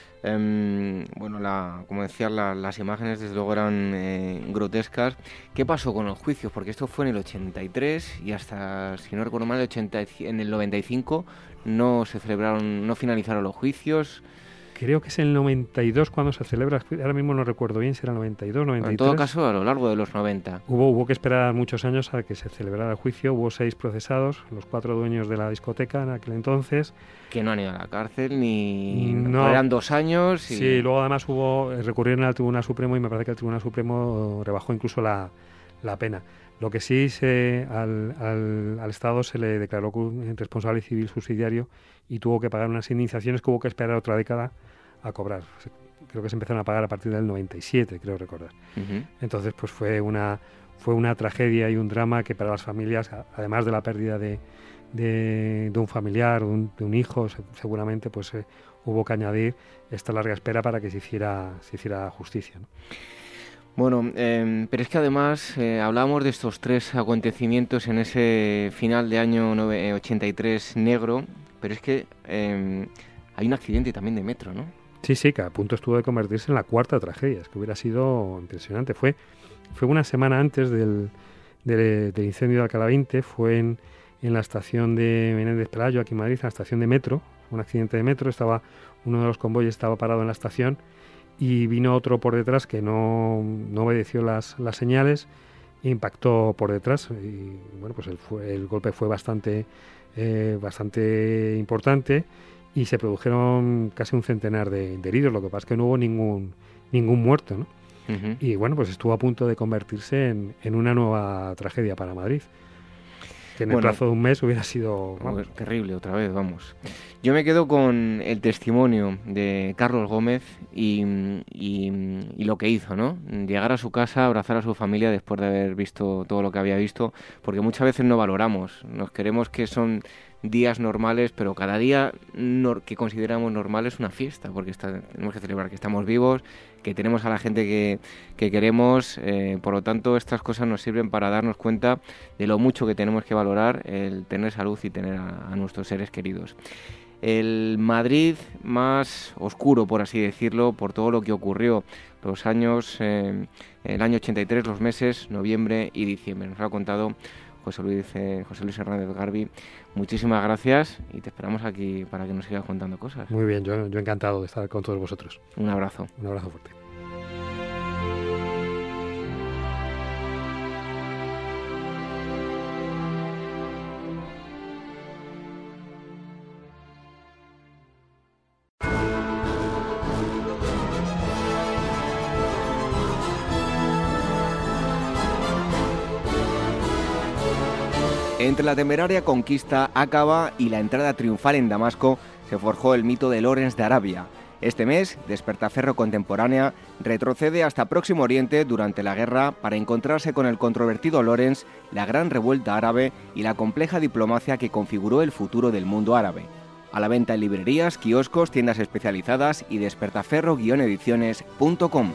Um, bueno, la, como decía, la, las imágenes desde luego eran eh, grotescas. ¿Qué pasó con los juicios? Porque esto fue en el ochenta y tres y hasta, si no recuerdo mal, el ochenta, en el noventa y cinco no se celebraron, no finalizaron los juicios. Creo que es el noventa y dos cuando se celebra, ahora mismo no recuerdo bien si era el noventa y dos, noventa y tres. En todo caso, a lo largo de los noventa. Hubo, hubo que esperar muchos años a que se celebrara el juicio. Hubo seis procesados, los cuatro dueños de la discoteca en aquel entonces. Que no han ido a la cárcel ni... No. Eran dos años. Y... Sí, luego además hubo recurrieron al Tribunal Supremo y me parece que el Tribunal Supremo rebajó incluso la, la pena. Lo que sí se, al, al, al Estado se le declaró responsable civil subsidiario y tuvo que pagar unas indemnizaciones que hubo que esperar otra década a cobrar. Creo que se empezaron a pagar a partir del noventa y siete, creo recordar. Uh-huh. Entonces, pues fue una fue una tragedia y un drama que para las familias, además de la pérdida de, de, de un familiar, de un, de un hijo, seguramente, pues eh, hubo que añadir esta larga espera para que se hiciera se hiciera justicia, ¿no? Bueno, eh, pero es que además eh, hablábamos de estos tres acontecimientos en ese final de año ochenta y tres negro, pero es que eh, hay un accidente también de metro, ¿no? Sí, sí, que a punto estuvo de convertirse en la cuarta tragedia, es que hubiera sido impresionante. Fue, fue una semana antes del, del, del incendio de Alcalá veinte, fue en, en la estación de Menéndez Pelayo, aquí en Madrid, en la estación de metro, un accidente de metro, estaba uno de los convoyes estaba parado en la estación y vino otro por detrás que no, no obedeció las, las señales e impactó por detrás y bueno, pues el, fue, el golpe fue bastante, eh, bastante importante y se produjeron casi un centenar de, de heridos. Lo que pasa es que no hubo ningún, ningún muerto, ¿no? Uh-huh. Y bueno, pues estuvo a punto de convertirse en, en una nueva tragedia para Madrid. Que en bueno, el plazo de un mes hubiera sido... Vamos. Terrible, otra vez, vamos. Yo me quedo con el testimonio de Carlos Gómez y, y, y lo que hizo, ¿no? Llegar a su casa, abrazar a su familia después de haber visto todo lo que había visto, porque muchas veces no valoramos. Nos queremos que son días normales, pero cada día no, que consideramos normal es una fiesta, porque está, tenemos que celebrar que estamos vivos, que tenemos a la gente que, que queremos, eh, por lo tanto estas cosas nos sirven para darnos cuenta de lo mucho que tenemos que valorar el tener salud y tener a, a nuestros seres queridos. El Madrid más oscuro, por así decirlo, por todo lo que ocurrió, los años, eh, el año ochenta y tres, los meses, noviembre y diciembre, nos lo ha contado José Luis, eh, José Luis Hernández Garbi. Muchísimas gracias y te esperamos aquí para que nos sigas contando cosas. Muy bien, yo, yo encantado de estar con todos vosotros. Un abrazo. Un abrazo fuerte. Entre la temeraria conquista Aqaba y la entrada triunfal en Damasco se forjó el mito de Lawrence de Arabia. Este mes, Despertaferro Contemporánea retrocede hasta Próximo Oriente durante la guerra para encontrarse con el controvertido Lawrence, la gran revuelta árabe y la compleja diplomacia que configuró el futuro del mundo árabe. A la venta en librerías, kioscos, tiendas especializadas y despertaferro guion ediciones punto com.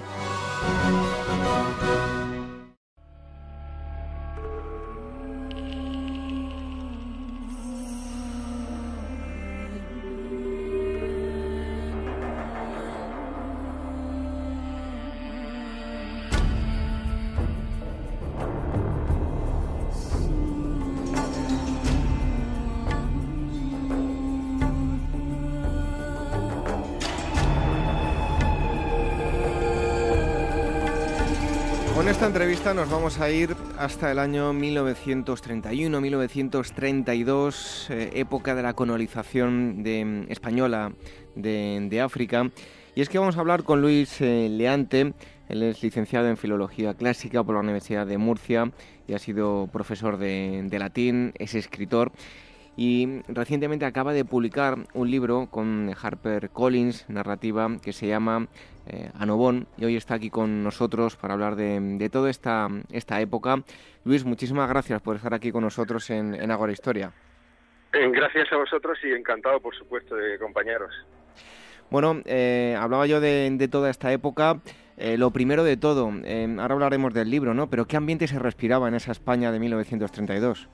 esta entrevista nos vamos a ir hasta el año mil novecientos treinta y uno, mil novecientos treinta y dos, eh, época de la colonización de, española de, de África. Y es que vamos a hablar con Luis eh, Leante. Él es licenciado en Filología Clásica por la Universidad de Murcia y ha sido profesor de, de latín, es escritor. Y recientemente acaba de publicar un libro con HarperCollins, narrativa, que se llama eh, Anobón, y hoy está aquí con nosotros para hablar de, de toda esta, esta época. Luis, muchísimas gracias por estar aquí con nosotros en, en Ágora Historia. Gracias a vosotros y encantado, por supuesto, de acompañaros. Bueno, eh, hablaba yo de, de toda esta época. Eh, lo primero de todo, eh, ahora hablaremos del libro, ¿no? Pero ¿qué ambiente se respiraba en esa España de mil novecientos treinta y dos?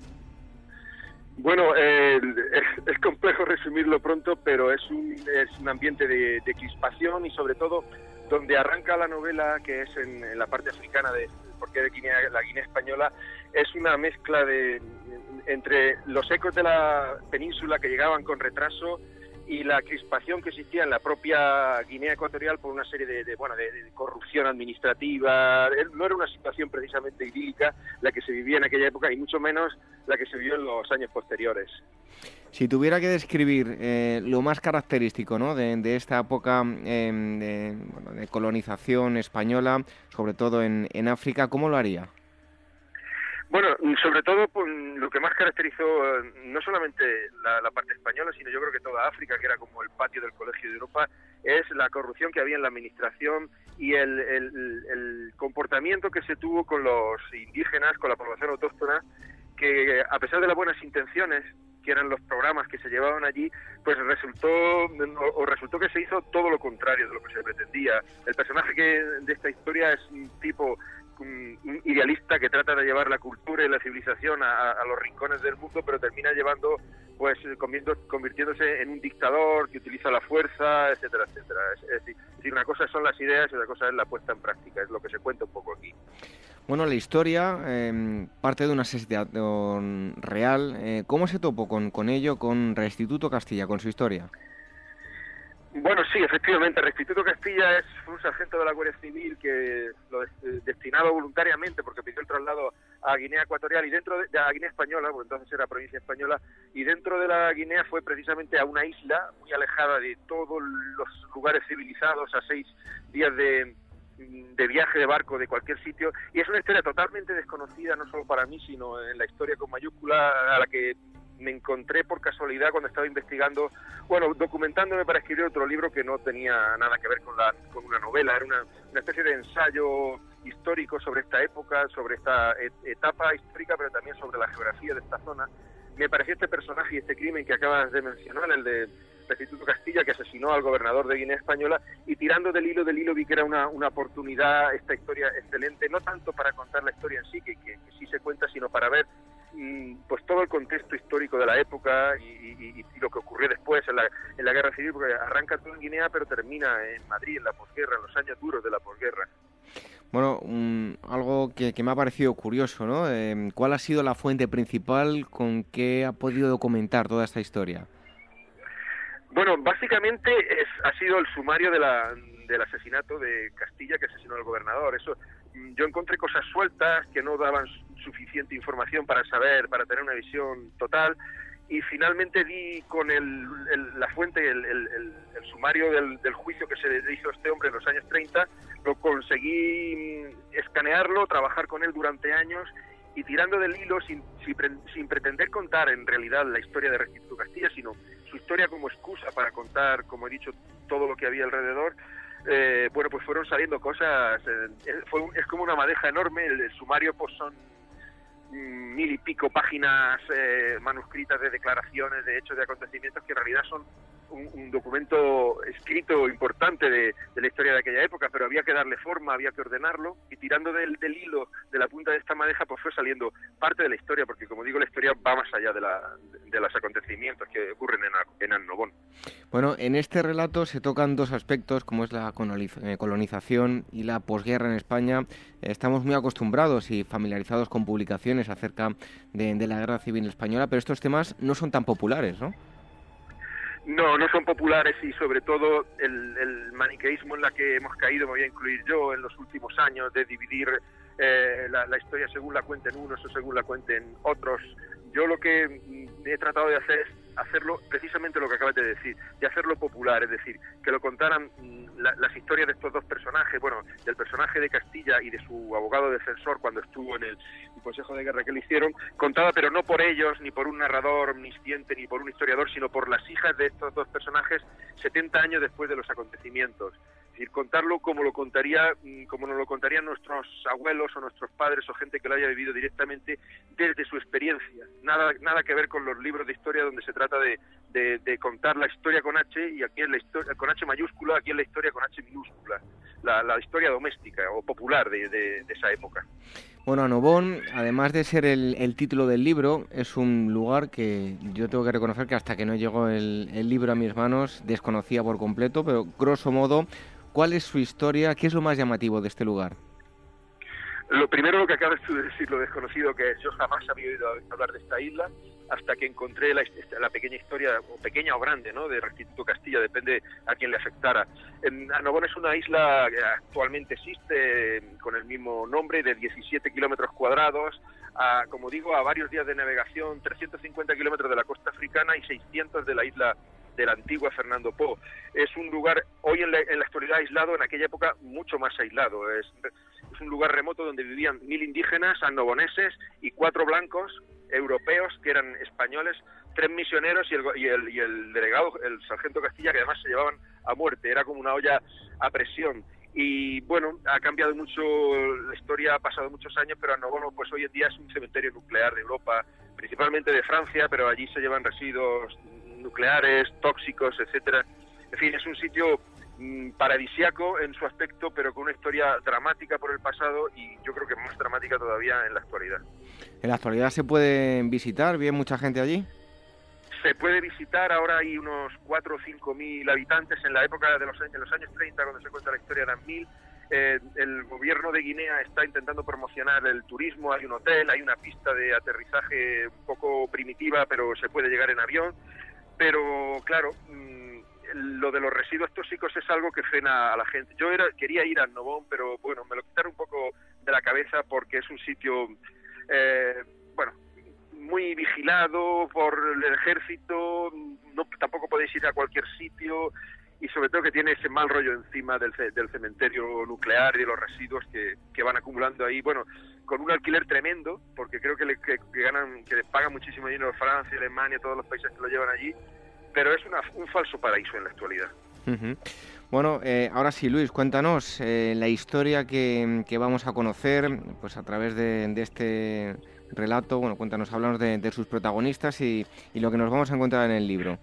Bueno, eh, es, es complejo resumirlo pronto, pero es un, es un ambiente de, de crispación y sobre todo donde arranca la novela, que es en, en la parte africana de porque de Guinea, la Guinea española, es una mezcla de entre los ecos de la península que llegaban con retraso y la crispación que existía en la propia Guinea Ecuatorial por una serie de, de bueno de, de corrupción administrativa. No era una situación precisamente idílica la que se vivía en aquella época y mucho menos la que se vivió en los años posteriores. Si tuviera que describir eh, lo más característico, ¿no?, de, de esta época eh, de, bueno, de colonización española, sobre todo en, en África, ¿cómo lo haría? Bueno, sobre todo pues, lo que más caracterizó no solamente la, la parte española, sino yo creo que toda África, que era como el patio del Colegio de Europa, es la corrupción que había en la administración y el, el, el comportamiento que se tuvo con los indígenas, con la población autóctona, que a pesar de las buenas intenciones, que eran los programas que se llevaban allí, pues resultó o, o resultó que se hizo todo lo contrario de lo que se pretendía. El personaje que de esta historia es un tipo un, un idealista que trata de llevar la cultura y la civilización a, a los rincones del mundo, pero termina llevando, pues convirtiéndose en un dictador que utiliza la fuerza, etcétera, etcétera. Es, es, decir, es decir, una cosa son las ideas y otra cosa es la puesta en práctica, es lo que se cuenta un poco aquí. Bueno, la historia eh, parte de una asesinato real. Eh, ¿Cómo se topó con, con ello, con Restituto Castilla, con su historia? Bueno, sí, efectivamente, Restituto Castilla es un sargento de la Guardia Civil que lo des, destinado voluntariamente porque pidió el traslado a Guinea Ecuatorial y dentro de, de a Guinea Española, porque entonces era provincia española, y dentro de la Guinea fue precisamente a una isla muy alejada de todos los lugares civilizados, a seis días de, de viaje de barco de cualquier sitio, y es una historia totalmente desconocida, no solo para mí, sino en la historia con mayúscula, a la que me encontré por casualidad cuando estaba investigando, bueno, documentándome para escribir otro libro que no tenía nada que ver con la con una novela, era una, una especie de ensayo histórico sobre esta época, sobre esta et etapa histórica, pero también sobre la geografía de esta zona. Me pareció este personaje y este crimen que acabas de mencionar, el de Restituto Castilla, que asesinó al gobernador de Guinea Española, y tirando del hilo del hilo vi que era una, una oportunidad, esta historia excelente, no tanto para contar la historia en sí, que, que, que sí se cuenta, sino para ver pues todo el contexto histórico de la época y, y, y lo que ocurrió después en la, en la guerra civil, porque arranca todo en Guinea pero termina en Madrid, en la posguerra, en los años duros de la posguerra. Bueno, um, algo que, que me ha parecido curioso, ¿no? Eh, ¿Cuál ha sido la fuente principal con que ha podido documentar toda esta historia? Bueno, básicamente es, ha sido el sumario de la, del asesinato de Castilla, que asesinó al gobernador. Eso, yo encontré cosas sueltas que no daban suficiente información para saber, para tener una visión total, y finalmente di con el, el, la fuente, el, el, el, el sumario del, del juicio que se le hizo a este hombre en los años treinta, lo conseguí escanearlo, trabajar con él durante años, y tirando del hilo, sin, sin, sin pretender contar en realidad la historia de Restituto Castilla, sino su historia como excusa para contar, como he dicho, todo lo que había alrededor. Eh, bueno, pues fueron saliendo cosas, eh, fue un, es como una madeja enorme, el, el sumario pues son mm, mil y pico páginas eh, manuscritas de declaraciones, de hechos, de acontecimientos que en realidad son un, un documento escrito importante de, de la historia de aquella época, pero había que darle forma, había que ordenarlo, y tirando del, del hilo de la punta de esta madeja pues fue saliendo parte de la historia, porque como digo, la historia va más allá de, la, de los acontecimientos que ocurren en, en Annobón. Bueno, en este relato se tocan dos aspectos, como es la colonización y la posguerra en España. Estamos muy acostumbrados y familiarizados con publicaciones acerca de, de la guerra civil española, pero estos temas no son tan populares, ¿no? No, no son populares, y sobre todo el, el maniqueísmo en la que hemos caído, me voy a incluir yo, en los últimos años, de dividir eh, la, la historia según la cuenten unos o según la cuenten otros. Yo lo que he tratado de hacer es hacerlo precisamente lo que acabas de decir, de hacerlo popular, es decir, que lo contaran la, las historias de estos dos personajes, bueno, del personaje de Castilla y de su abogado defensor cuando estuvo en el, el Consejo de Guerra que le hicieron, contada pero no por ellos, ni por un narrador omnisciente, ni por un historiador, sino por las hijas de estos dos personajes setenta años después de los acontecimientos. Es decir, contarlo como lo contaría, como nos lo contarían nuestros abuelos o nuestros padres o gente que lo haya vivido directamente desde su experiencia. Nada, nada que ver con los libros de historia donde se trata de, de, de contar la historia con H y aquí es la historia con H mayúscula, aquí es la historia con H minúscula, la, la historia doméstica o popular de, de, de esa época. Bueno, Annobón, además de ser el, el título del libro, es un lugar que yo tengo que reconocer que hasta que no llegó el, el libro a mis manos desconocía por completo, pero grosso modo, ¿cuál es su historia? ¿Qué es lo más llamativo de este lugar? Lo primero, lo que acabas tú de decir, lo desconocido que es, yo jamás había oído hablar de esta isla hasta que encontré la, la pequeña historia, o pequeña o grande, ¿no?, de Restituto Castilla, depende a quién le afectara. En Annobón es una isla que actualmente existe con el mismo nombre, de diecisiete kilómetros cuadrados, a, como digo, a varios días de navegación, trescientos cincuenta kilómetros de la costa africana y seiscientos de la isla de la antigua Fernando Po. Es un lugar, hoy en la, en la actualidad aislado, en aquella época mucho más aislado. Es, es un lugar remoto donde vivían mil indígenas, annoboneses y cuatro blancos europeos que eran españoles, tres misioneros y el, y el, y el delegado, el sargento Castilla, que además se llevaban a muerte. Era como una olla a presión. Y bueno, ha cambiado mucho la historia, ha pasado muchos años, pero Annobón pues hoy en día es un cementerio nuclear de Europa, principalmente de Francia, pero allí se llevan residuos nucleares, tóxicos, etcétera. En fin, es un sitio mmm, paradisíaco en su aspecto, pero con una historia dramática por el pasado y yo creo que más dramática todavía en la actualidad. ¿En la actualidad se puede visitar? ¿Viene mucha gente allí? Se puede visitar, ahora hay unos cuatro o cinco mil habitantes. En la época de los, en los años treinta, cuando se cuenta la historia, eran mil. Eh, el gobierno de Guinea está intentando promocionar el turismo, hay un hotel, hay una pista de aterrizaje un poco primitiva, pero se puede llegar en avión. Pero claro, mmm, lo de los residuos tóxicos es algo que frena a la gente. Yo era, quería ir a Annobón, pero bueno, me lo quitaron un poco de la cabeza porque es un sitio, eh, bueno, muy vigilado por el ejército, no, tampoco podéis ir a cualquier sitio y sobre todo que tiene ese mal rollo encima del, del cementerio nuclear y de los residuos que, que van acumulando ahí, bueno, con un alquiler tremendo, porque creo que, le, que, que ganan, que les pagan muchísimo dinero Francia, Alemania, todos los países que lo llevan allí, pero es una, un falso paraíso en la actualidad. Uh-huh. Bueno, eh, ahora sí, Luis, cuéntanos eh, la historia que, que vamos a conocer pues a través de, de este relato. Bueno, cuéntanos, háblanos de, de sus protagonistas y, y lo que nos vamos a encontrar en el libro.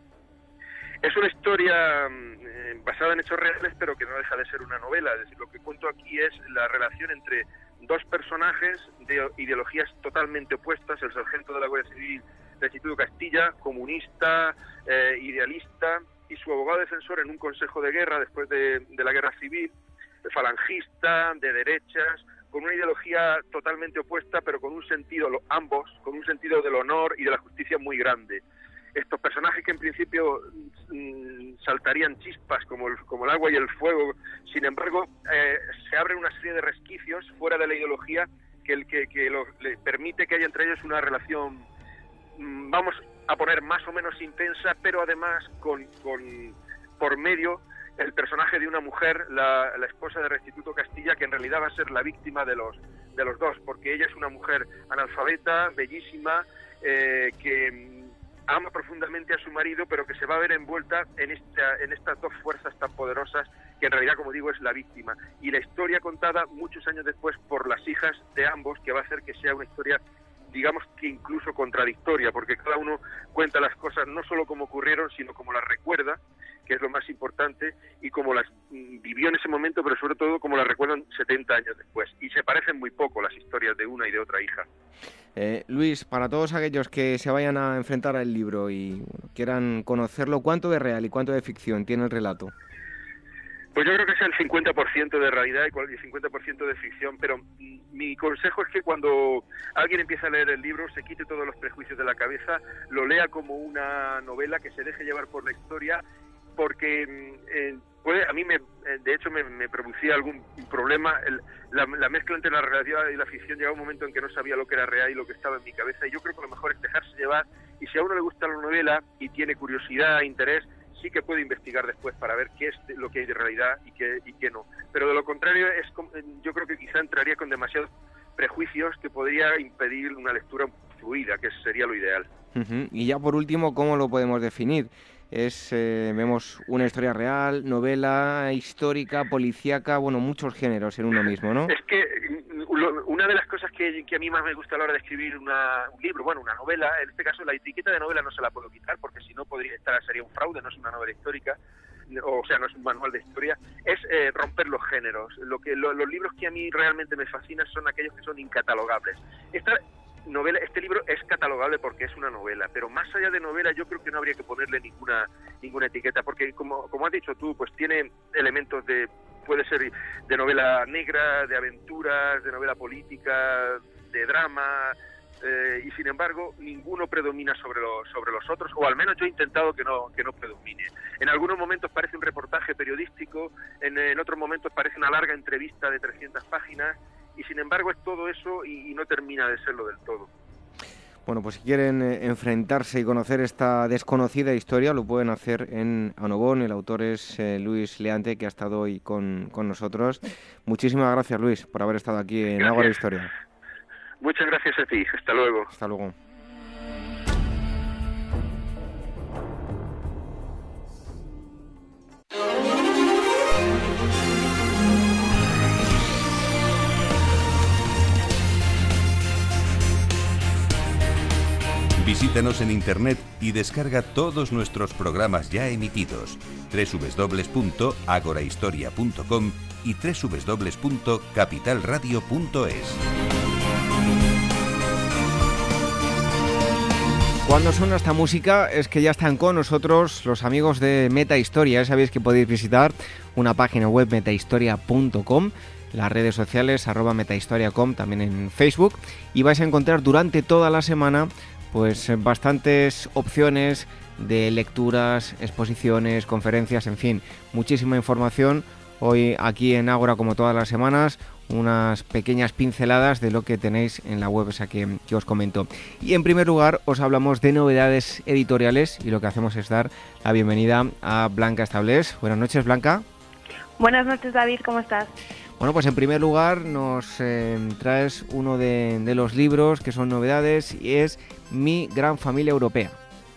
Es una historia eh, basada en hechos reales, pero que no deja de ser una novela. Es decir, lo que cuento aquí es la relación entre dos personajes de ideologías totalmente opuestas, el sargento de la Guardia Civil del Instituto Castilla, comunista, eh, idealista, y su abogado defensor en un consejo de guerra después de, de la guerra civil, falangista, de derechas, con una ideología totalmente opuesta, pero con un sentido, ambos, con un sentido del honor y de la justicia muy grande. Estos personajes que en principio mmm, saltarían chispas como el, como el agua y el fuego, sin embargo, eh, se abren una serie de resquicios fuera de la ideología que, el, que, que lo, le permite que haya entre ellos una relación, mmm, vamos a poner más o menos intensa, pero además con, con por medio el personaje de una mujer, la, la esposa de Restituto Castilla, que en realidad va a ser la víctima de los, de los dos, porque ella es una mujer analfabeta, bellísima, eh, que ama profundamente a su marido, pero que se va a ver envuelta en, esta, en estas dos fuerzas tan poderosas, que en realidad, como digo, es la víctima. Y la historia contada muchos años después por las hijas de ambos, que va a hacer que sea una historia, digamos que incluso contradictoria, porque cada uno cuenta las cosas no solo como ocurrieron, sino como las recuerda, que es lo más importante, y como las vivió en ese momento, pero sobre todo como las recuerdan setenta años después. Y se parecen muy poco las historias de una y de otra hija. Eh, Luis, para todos aquellos que se vayan a enfrentar al libro y bueno, quieran conocerlo, ¿cuánto de real y cuánto de ficción tiene el relato? Pues yo creo que es el cincuenta por ciento de realidad y el cincuenta por ciento de ficción, pero mi consejo es que cuando alguien empieza a leer el libro se quite todos los prejuicios de la cabeza, lo lea como una novela, que se deje llevar por la historia, porque eh, puede, a mí me, de hecho me, me producía algún problema el, la, la mezcla entre la realidad y la ficción. Llegaba un momento en que no sabía lo que era real y lo que estaba en mi cabeza, y yo creo que lo mejor es dejarse llevar, y si a uno le gusta la novela y tiene curiosidad, interés, sí que puede investigar después para ver qué es lo que hay de realidad y qué, y qué no. Pero de lo contrario, es yo creo que quizá entraría con demasiados prejuicios que podría impedir una lectura fluida, que sería lo ideal. Uh-huh. Y ya por último, ¿cómo lo podemos definir? Es, eh, vemos una historia real, novela, histórica, policíaca, bueno, muchos géneros en uno mismo, ¿no? Es que lo, una de las cosas que, que a mí más me gusta a la hora de escribir una, un libro, bueno, una novela, en este caso la etiqueta de novela no se la puedo quitar, porque si no podría estar, sería un fraude, no es una novela histórica, o sea, no es un manual de historia, es eh, romper los géneros. Lo que lo, los libros que a mí realmente me fascinan son aquellos que son incatalogables. Esta novela, este libro es catalogable porque es una novela, pero más allá de novela yo creo que no habría que ponerle ninguna ninguna etiqueta, porque como como has dicho tú, pues tiene elementos de, puede ser de novela negra, de aventuras, de novela política, de drama, eh, y sin embargo ninguno predomina sobre los sobre los otros, o al menos yo he intentado que no que no predomine. En algunos momentos parece un reportaje periodístico, en, en otros momentos parece una larga entrevista de trescientas páginas, y sin embargo es todo eso y, y no termina de serlo del todo. Bueno, pues si quieren eh, enfrentarse y conocer esta desconocida historia, lo pueden hacer en Anobón. El autor es eh, Luis Leante, que ha estado hoy con, con nosotros. Muchísimas gracias, Luis, por haber estado aquí en Ágora Historia. Muchas gracias a ti. Hasta luego. Hasta luego. Visítanos en internet y descarga todos nuestros programas ya emitidos. doble u doble u doble u punto agorahistoria punto com y doble u doble u doble u punto capital radio punto es. Cuando suena esta música es que ya están con nosotros los amigos de Meta Historia. Ya sabéis que podéis visitar una página web metahistoria punto com, las redes sociales arroba metahistoria punto com, también en Facebook, y vais a encontrar durante toda la semana pues bastantes opciones de lecturas, exposiciones, conferencias, en fin, muchísima información. Hoy aquí en Ágora, como todas las semanas, unas pequeñas pinceladas de lo que tenéis en la web esa que, que os comento. Y en primer lugar os hablamos de novedades editoriales y lo que hacemos es dar la bienvenida a Blanca Establés. Buenas noches, Blanca. Buenas noches, David, ¿cómo estás? Bueno, pues en primer lugar nos eh, traes uno de, de los libros que son novedades y es Mi gran familia europea.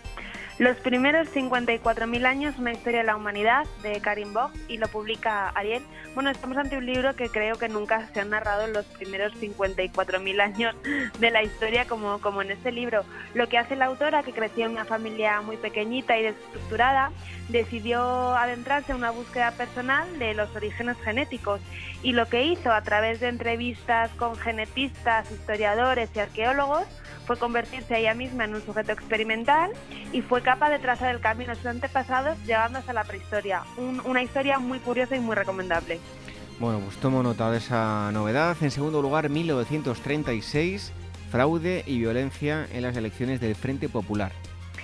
Los primeros cincuenta y cuatro mil años, una historia de la humanidad, de Karin Bog, y lo publica Ariel. Bueno, estamos ante un libro que creo que nunca se han narrado en los primeros cincuenta y cuatro mil años de la historia como, como en este libro. Lo que hace la autora, que creció en una familia muy pequeñita y desestructurada, decidió adentrarse en una búsqueda personal de los orígenes genéticos, y lo que hizo a través de entrevistas con genetistas, historiadores y arqueólogos fue convertirse ella misma en un sujeto experimental y fue capaz de trazar el camino de sus antepasados llegando hasta la prehistoria. Un, una historia muy curiosa y muy recomendable. Bueno, pues tomo nota de esa novedad. En segundo lugar, mil novecientos treinta y seis, fraude y violencia en las elecciones del Frente Popular.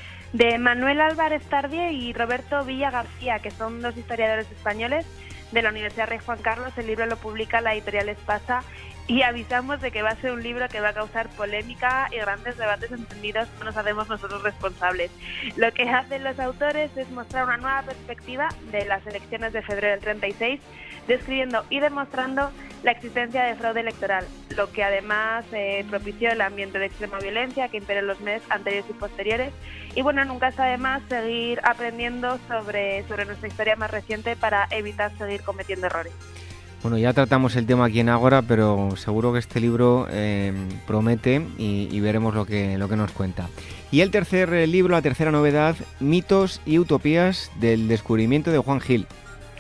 De Manuel Álvarez Tardieu y Roberto Villa García, que son dos historiadores españoles de la Universidad Rey Juan Carlos. El libro lo publica la editorial Espasa y avisamos de que va a ser un libro que va a causar polémica y grandes debates encendidos que nos hacemos nosotros responsables. Lo que hacen los autores es mostrar una nueva perspectiva de las elecciones de febrero del treinta y seis, describiendo y demostrando la existencia de fraude electoral, lo que además eh, propició el ambiente de extrema violencia que imperó en los meses anteriores y posteriores. Y bueno, nunca está de más seguir aprendiendo sobre, sobre nuestra historia más reciente para evitar seguir cometiendo errores. Bueno, ya tratamos el tema aquí en Ágora, pero seguro que este libro eh, promete y, y veremos lo que, lo que nos cuenta. Y el tercer libro, la tercera novedad, Mitos y Utopías del descubrimiento de Juan Gil.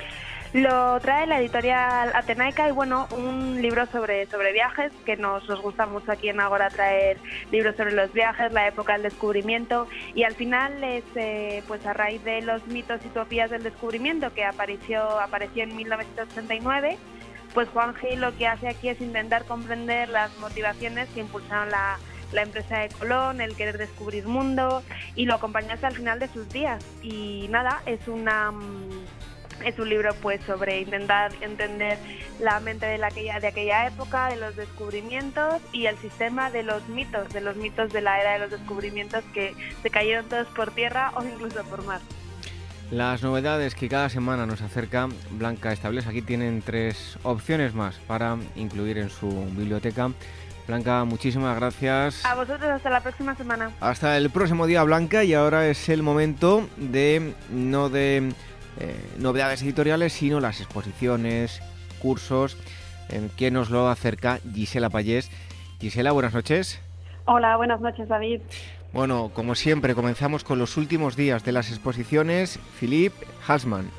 Lo trae la editorial Atenaica y bueno, un libro sobre, sobre viajes, que nos, nos gusta mucho aquí en Ágora traer libros sobre los viajes, la época del descubrimiento, y al final es eh, pues a raíz de los mitos y utopías del descubrimiento que apareció, apareció en mil novecientos ochenta y nueve, pues Juan Gil lo que hace aquí es intentar comprender las motivaciones que impulsaron la, la empresa de Colón, el querer descubrir mundo, y lo acompañó hasta el final de sus días. Y nada, es una... Es un libro pues sobre intentar entender la mente de, la, de aquella época, de los descubrimientos y el sistema de los mitos, de los mitos de la era de los descubrimientos que se cayeron todos por tierra o incluso por mar. Las novedades que cada semana nos acerca Blanca Estables, aquí tienen tres opciones más para incluir en su biblioteca. Blanca, muchísimas gracias. A vosotros, hasta la próxima semana. Hasta el próximo día, Blanca, y ahora es el momento de, no de eh, novedades editoriales, sino las exposiciones, cursos, en que nos lo acerca Gisela Payés. Gisela, buenas noches. Hola, buenas noches, David. Bueno, como siempre, comenzamos con los últimos días de las exposiciones. Philippe Halsman.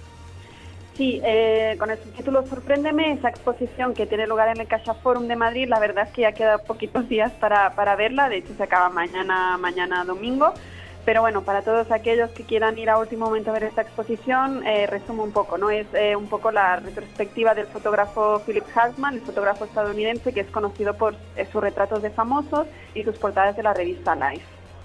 Sí, eh, con el subtítulo Sorpréndeme, esa exposición que tiene lugar en el CaixaForum de Madrid, la verdad es que ya queda poquitos días para, para verla, de hecho se acaba mañana, mañana domingo, pero bueno, para todos aquellos que quieran ir a último momento a ver esta exposición, eh, resumo un poco, ¿no? Es eh, un poco la retrospectiva del fotógrafo Philippe Halsman, el fotógrafo estadounidense que es conocido por eh, sus retratos de famosos y sus portadas de la revista Life.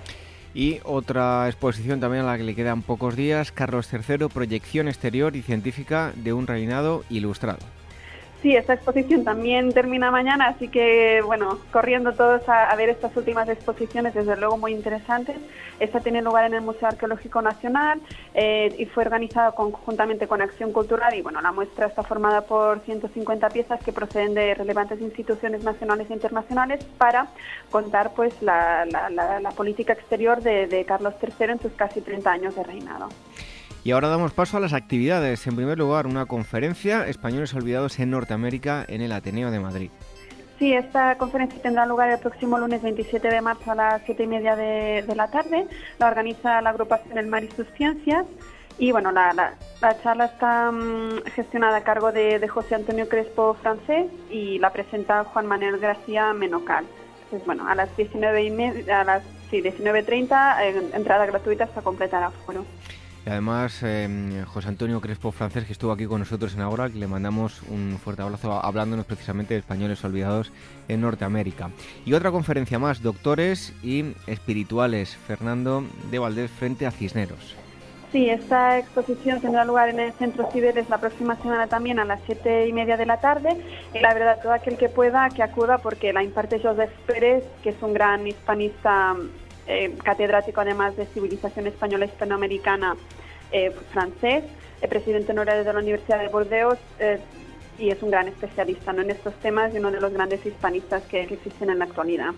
Y otra exposición también a la que le quedan pocos días, Carlos tercero, proyección exterior y científica de un reinado ilustrado. Sí, esta exposición también termina mañana, así que, bueno, corriendo todos a, a ver estas últimas exposiciones, desde luego muy interesantes. Esta tiene lugar en el Museo Arqueológico Nacional eh, y fue organizada conjuntamente con Acción Cultural y, bueno, la muestra está formada por ciento cincuenta piezas que proceden de relevantes instituciones nacionales e internacionales para contar, pues, la, la, la, la política exterior de, de Carlos tercero en sus casi treinta años de reinado. Y ahora damos paso a las actividades. En primer lugar, una conferencia, Españoles olvidados en Norteamérica, en el Ateneo de Madrid. Sí, esta conferencia tendrá lugar el próximo lunes veintisiete de marzo a las siete y media de, de la tarde. La organiza la agrupación El Mar y sus Ciencias. Y bueno, la, la, la charla está um, gestionada a cargo de, de José Antonio Crespo Francés y la presenta Juan Manuel García Menocal. Entonces, bueno, a las diecinueve y media, a las sí, diecinueve treinta, eh, entrada gratuita hasta completar aforo. Y además, eh, José Antonio Crespo Francés, que estuvo aquí con nosotros en Agora, que le mandamos un fuerte abrazo hablándonos precisamente de españoles olvidados en Norteamérica. Y otra conferencia más, doctores y espirituales, Fernando de Valdés frente a Cisneros. Sí, esta exposición tendrá lugar en el Centro Cibeles la próxima semana también a las siete y media de la tarde. Y la verdad, todo aquel que pueda, que acuda, porque la imparte Josep Pérez, que es un gran hispanista, Eh, catedrático además de civilización española hispanoamericana eh, francés, eh, presidente honorario de la Universidad de Bordeaux eh, y es un gran especialista, ¿no?, en estos temas y uno de los grandes hispanistas que, que existen en la actualidad.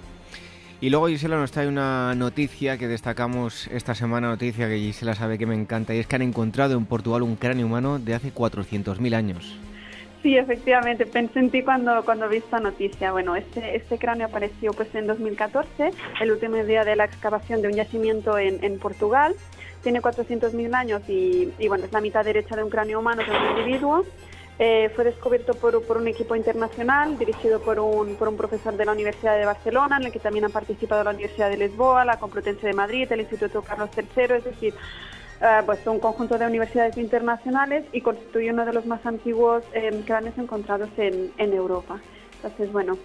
Y luego Gisela nos trae una noticia que destacamos esta semana, noticia que Gisela sabe que me encanta, y es que han encontrado en Portugal un cráneo humano de hace cuatrocientos mil años. Sí, efectivamente, pensé en ti cuando, cuando vi esta noticia. Bueno, este, este cráneo apareció pues en dos mil catorce, el último día de la excavación de un yacimiento en, en Portugal. Tiene cuatrocientos mil años y, y bueno, es la mitad derecha de un cráneo humano de un individuo. Eh, fue descubierto por, por un equipo internacional dirigido por un, por un profesor de la Universidad de Barcelona, en el que también han participado la Universidad de Lisboa, la Complutense de Madrid, el Instituto Carlos tercero, es decir, Uh, pues un conjunto de universidades internacionales y constituye uno de los más antiguos eh, cráneos encontrados en, en Europa. Entonces, bueno,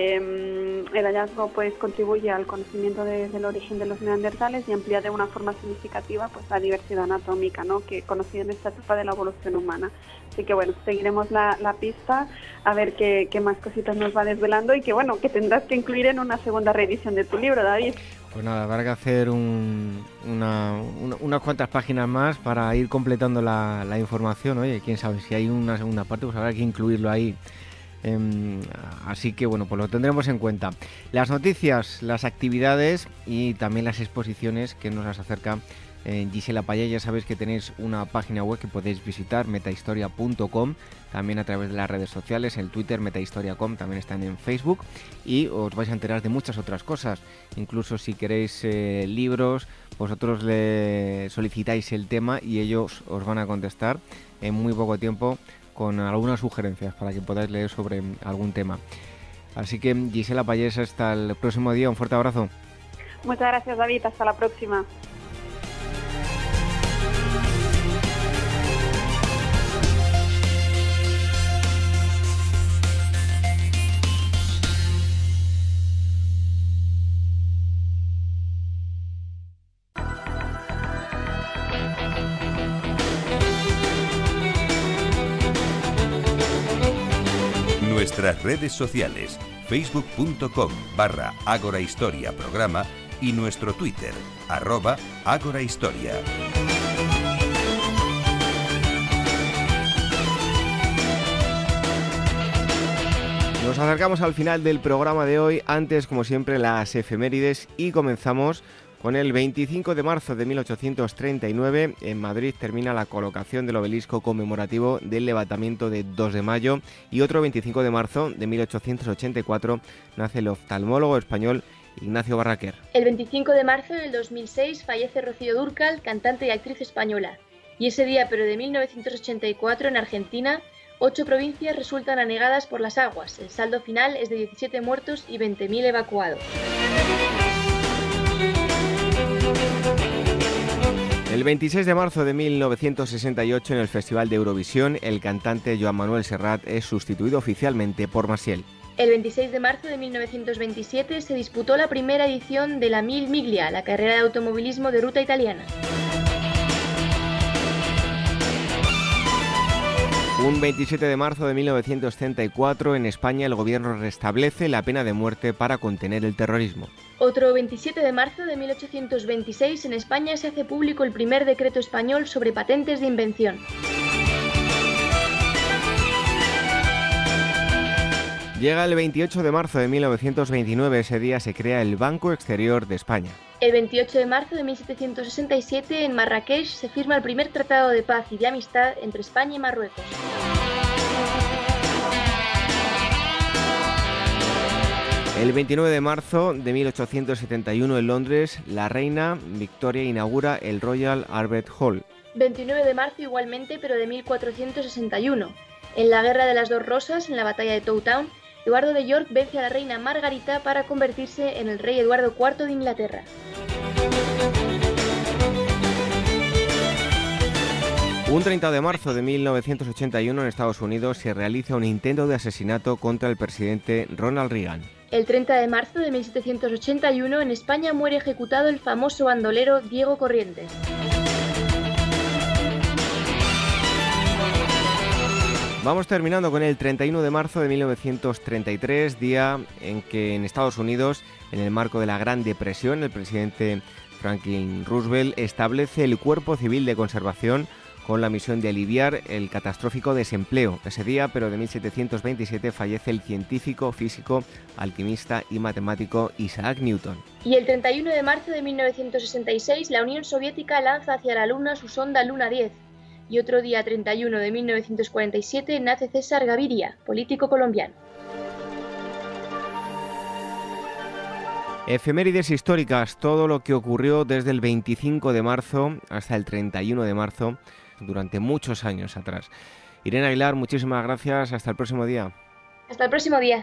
eh, el hallazgo pues contribuye al conocimiento de, del origen de los neandertales y amplía de una forma significativa pues la diversidad anatómica, ¿no?, que conocida en esta etapa de la evolución humana. Así que bueno, seguiremos la, la pista a ver qué, qué más cositas nos va desvelando y que bueno, que tendrás que incluir en una segunda reedición de tu libro, David. Pues nada, habrá que hacer un, una, una, unas cuantas páginas más para ir completando la, la información. Oye, quién sabe, si hay una segunda parte, pues habrá que incluirlo ahí. Eh, así que bueno, pues lo tendremos en cuenta. Las noticias, las actividades y también las exposiciones que nos las acerca eh, Gisela Payés. Ya sabéis que tenéis una página web que podéis visitar, metahistoria punto com, también a través de las redes sociales, el Twitter metahistoria punto com, también están en Facebook y os vais a enterar de muchas otras cosas. Incluso si queréis eh, libros, vosotros le solicitáis el tema y ellos os van a contestar en muy poco tiempo con algunas sugerencias para que podáis leer sobre algún tema. Así que Gisela Payés, hasta el próximo día, un fuerte abrazo. Muchas gracias, David, hasta la próxima. nuestras redes sociales, facebook punto com barra Ágora Historia Programa y nuestro Twitter, arroba Ágora Historia. Nos acercamos al final del programa de hoy, antes como siempre las efemérides, y comenzamos con el veinticinco de marzo de mil ochocientos treinta y nueve. En Madrid termina la colocación del obelisco conmemorativo del levantamiento de dos de mayo, y otro veinticinco de marzo de mil ochocientos ochenta y cuatro nace el oftalmólogo español Ignacio Barraquer. El veinticinco de marzo del dos mil seis fallece Rocío Dúrcal, cantante y actriz española, y ese día, pero de mil novecientos ochenta y cuatro, en Argentina, ocho provincias resultan anegadas por las aguas. El saldo final es de diecisiete muertos y veinte mil evacuados. El veintiséis de marzo de mil novecientos sesenta y ocho, en el Festival de Eurovisión, el cantante Joan Manuel Serrat es sustituido oficialmente por Maciel. El veintiséis de marzo de mil novecientos veintisiete se disputó la primera edición de la Mil Miglia, la carrera de automovilismo de ruta italiana. Un veintisiete de marzo de mil novecientos treinta y cuatro, en España el gobierno restablece la pena de muerte para contener el terrorismo. Otro veintisiete de marzo de mil ochocientos veintiséis, en España se hace público el primer decreto español sobre patentes de invención. Llega el veintiocho de marzo de mil novecientos veintinueve, ese día se crea el Banco Exterior de España. El veintiocho de marzo de mil setecientos sesenta y siete, en Marrakech, se firma el primer tratado de paz y de amistad entre España y Marruecos. El veintinueve de marzo de mil ochocientos setenta y uno, en Londres, la reina Victoria inaugura el Royal Albert Hall. veintinueve de marzo igualmente, pero de mil cuatrocientos sesenta y uno. En la Guerra de las Dos Rosas, en la batalla de Towtown, Eduardo de York vence a la reina Margarita para convertirse en el rey Eduardo cuarto de Inglaterra. Un treinta de marzo de mil novecientos ochenta y uno, en Estados Unidos, se realiza un intento de asesinato contra el presidente Ronald Reagan. El treinta de marzo de mil setecientos ochenta y uno, en España muere ejecutado el famoso bandolero Diego Corrientes. Vamos terminando con el treinta y uno de marzo de mil novecientos treinta y tres, día en que en Estados Unidos, en el marco de la Gran Depresión, el presidente Franklin Roosevelt establece el Cuerpo Civil de Conservación con la misión de aliviar el catastrófico desempleo. Ese día, pero de mil setecientos veintisiete, fallece el científico, físico, alquimista y matemático Isaac Newton. Y el treinta y uno de marzo de mil novecientos sesenta y seis, la Unión Soviética lanza hacia la Luna su sonda Luna diez. Y otro día, treinta y uno de mil novecientos cuarenta y siete, nace César Gaviria, político colombiano. Efemérides históricas, todo lo que ocurrió desde el veinticinco de marzo hasta el treinta y uno de marzo, durante muchos años atrás. Irene Aguilar, muchísimas gracias, hasta el próximo día. Hasta el próximo día.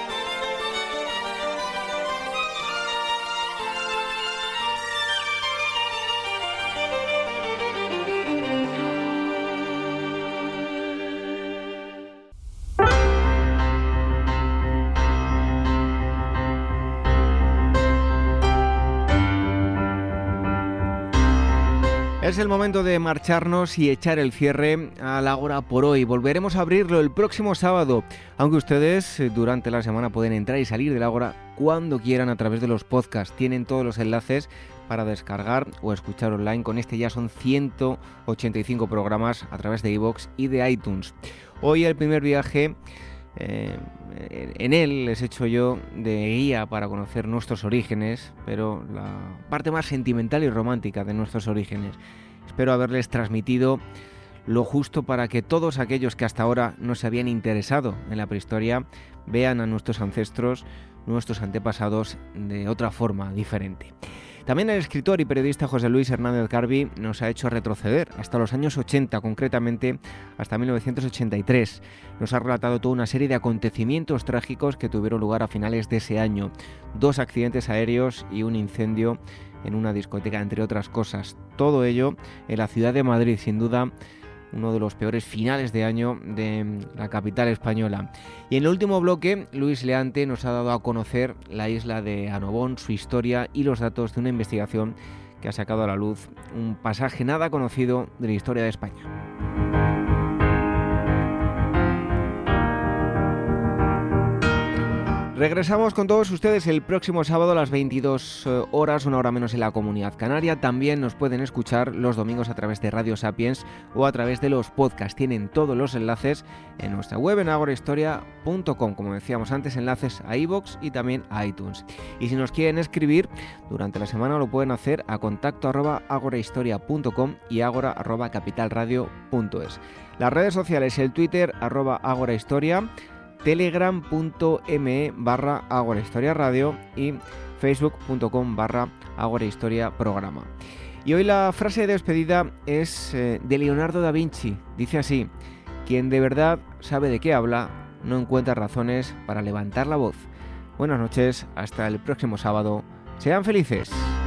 Es el momento de marcharnos y echar el cierre a la Ágora por hoy. Volveremos a abrirlo el próximo sábado, aunque ustedes durante la semana pueden entrar y salir de la Ágora cuando quieran a través de los podcasts. Tienen todos los enlaces para descargar o escuchar online. Con este ya son ciento ochenta y cinco programas a través de iVoox y de iTunes. Hoy el primer viaje, eh, en él les he hecho yo de guía para conocer nuestros orígenes, pero la parte más sentimental y romántica de nuestros orígenes. Espero haberles transmitido lo justo para que todos aquellos que hasta ahora no se habían interesado en la prehistoria vean a nuestros ancestros, nuestros antepasados de otra forma diferente. También el escritor y periodista José Luis Hernández Garbi nos ha hecho retroceder hasta los años ochenta, concretamente hasta mil novecientos ochenta y tres. Nos ha relatado toda una serie de acontecimientos trágicos que tuvieron lugar a finales de ese año. Dos accidentes aéreos y un incendio en una discoteca, entre otras cosas. Todo ello en la ciudad de Madrid, sin duda uno de los peores finales de año de la capital española. Y en el último bloque, Luis Leante nos ha dado a conocer la isla de Annobón, su historia y los datos de una investigación que ha sacado a la luz un pasaje nada conocido de la historia de España. Regresamos con todos ustedes el próximo sábado a las veintidós horas, una hora menos en la Comunidad Canaria. También nos pueden escuchar los domingos a través de Radio Sapiens o a través de los podcasts. Tienen todos los enlaces en nuestra web en agorahistoria punto com. Como decíamos antes, enlaces a iVoox y también a iTunes. Y si nos quieren escribir durante la semana lo pueden hacer a contacto arroba agorahistoria punto com y agora arroba capitalradio punto es. Las redes sociales, el Twitter arroba agorahistoria, telegram.me barra agorahistoria radio y facebook.com barra agorahistoria programa. Y hoy la frase de despedida es eh, de Leonardo da Vinci. Dice así: quien de verdad sabe de qué habla no encuentra razones para levantar la voz. Buenas noches, hasta el próximo sábado. Sean felices.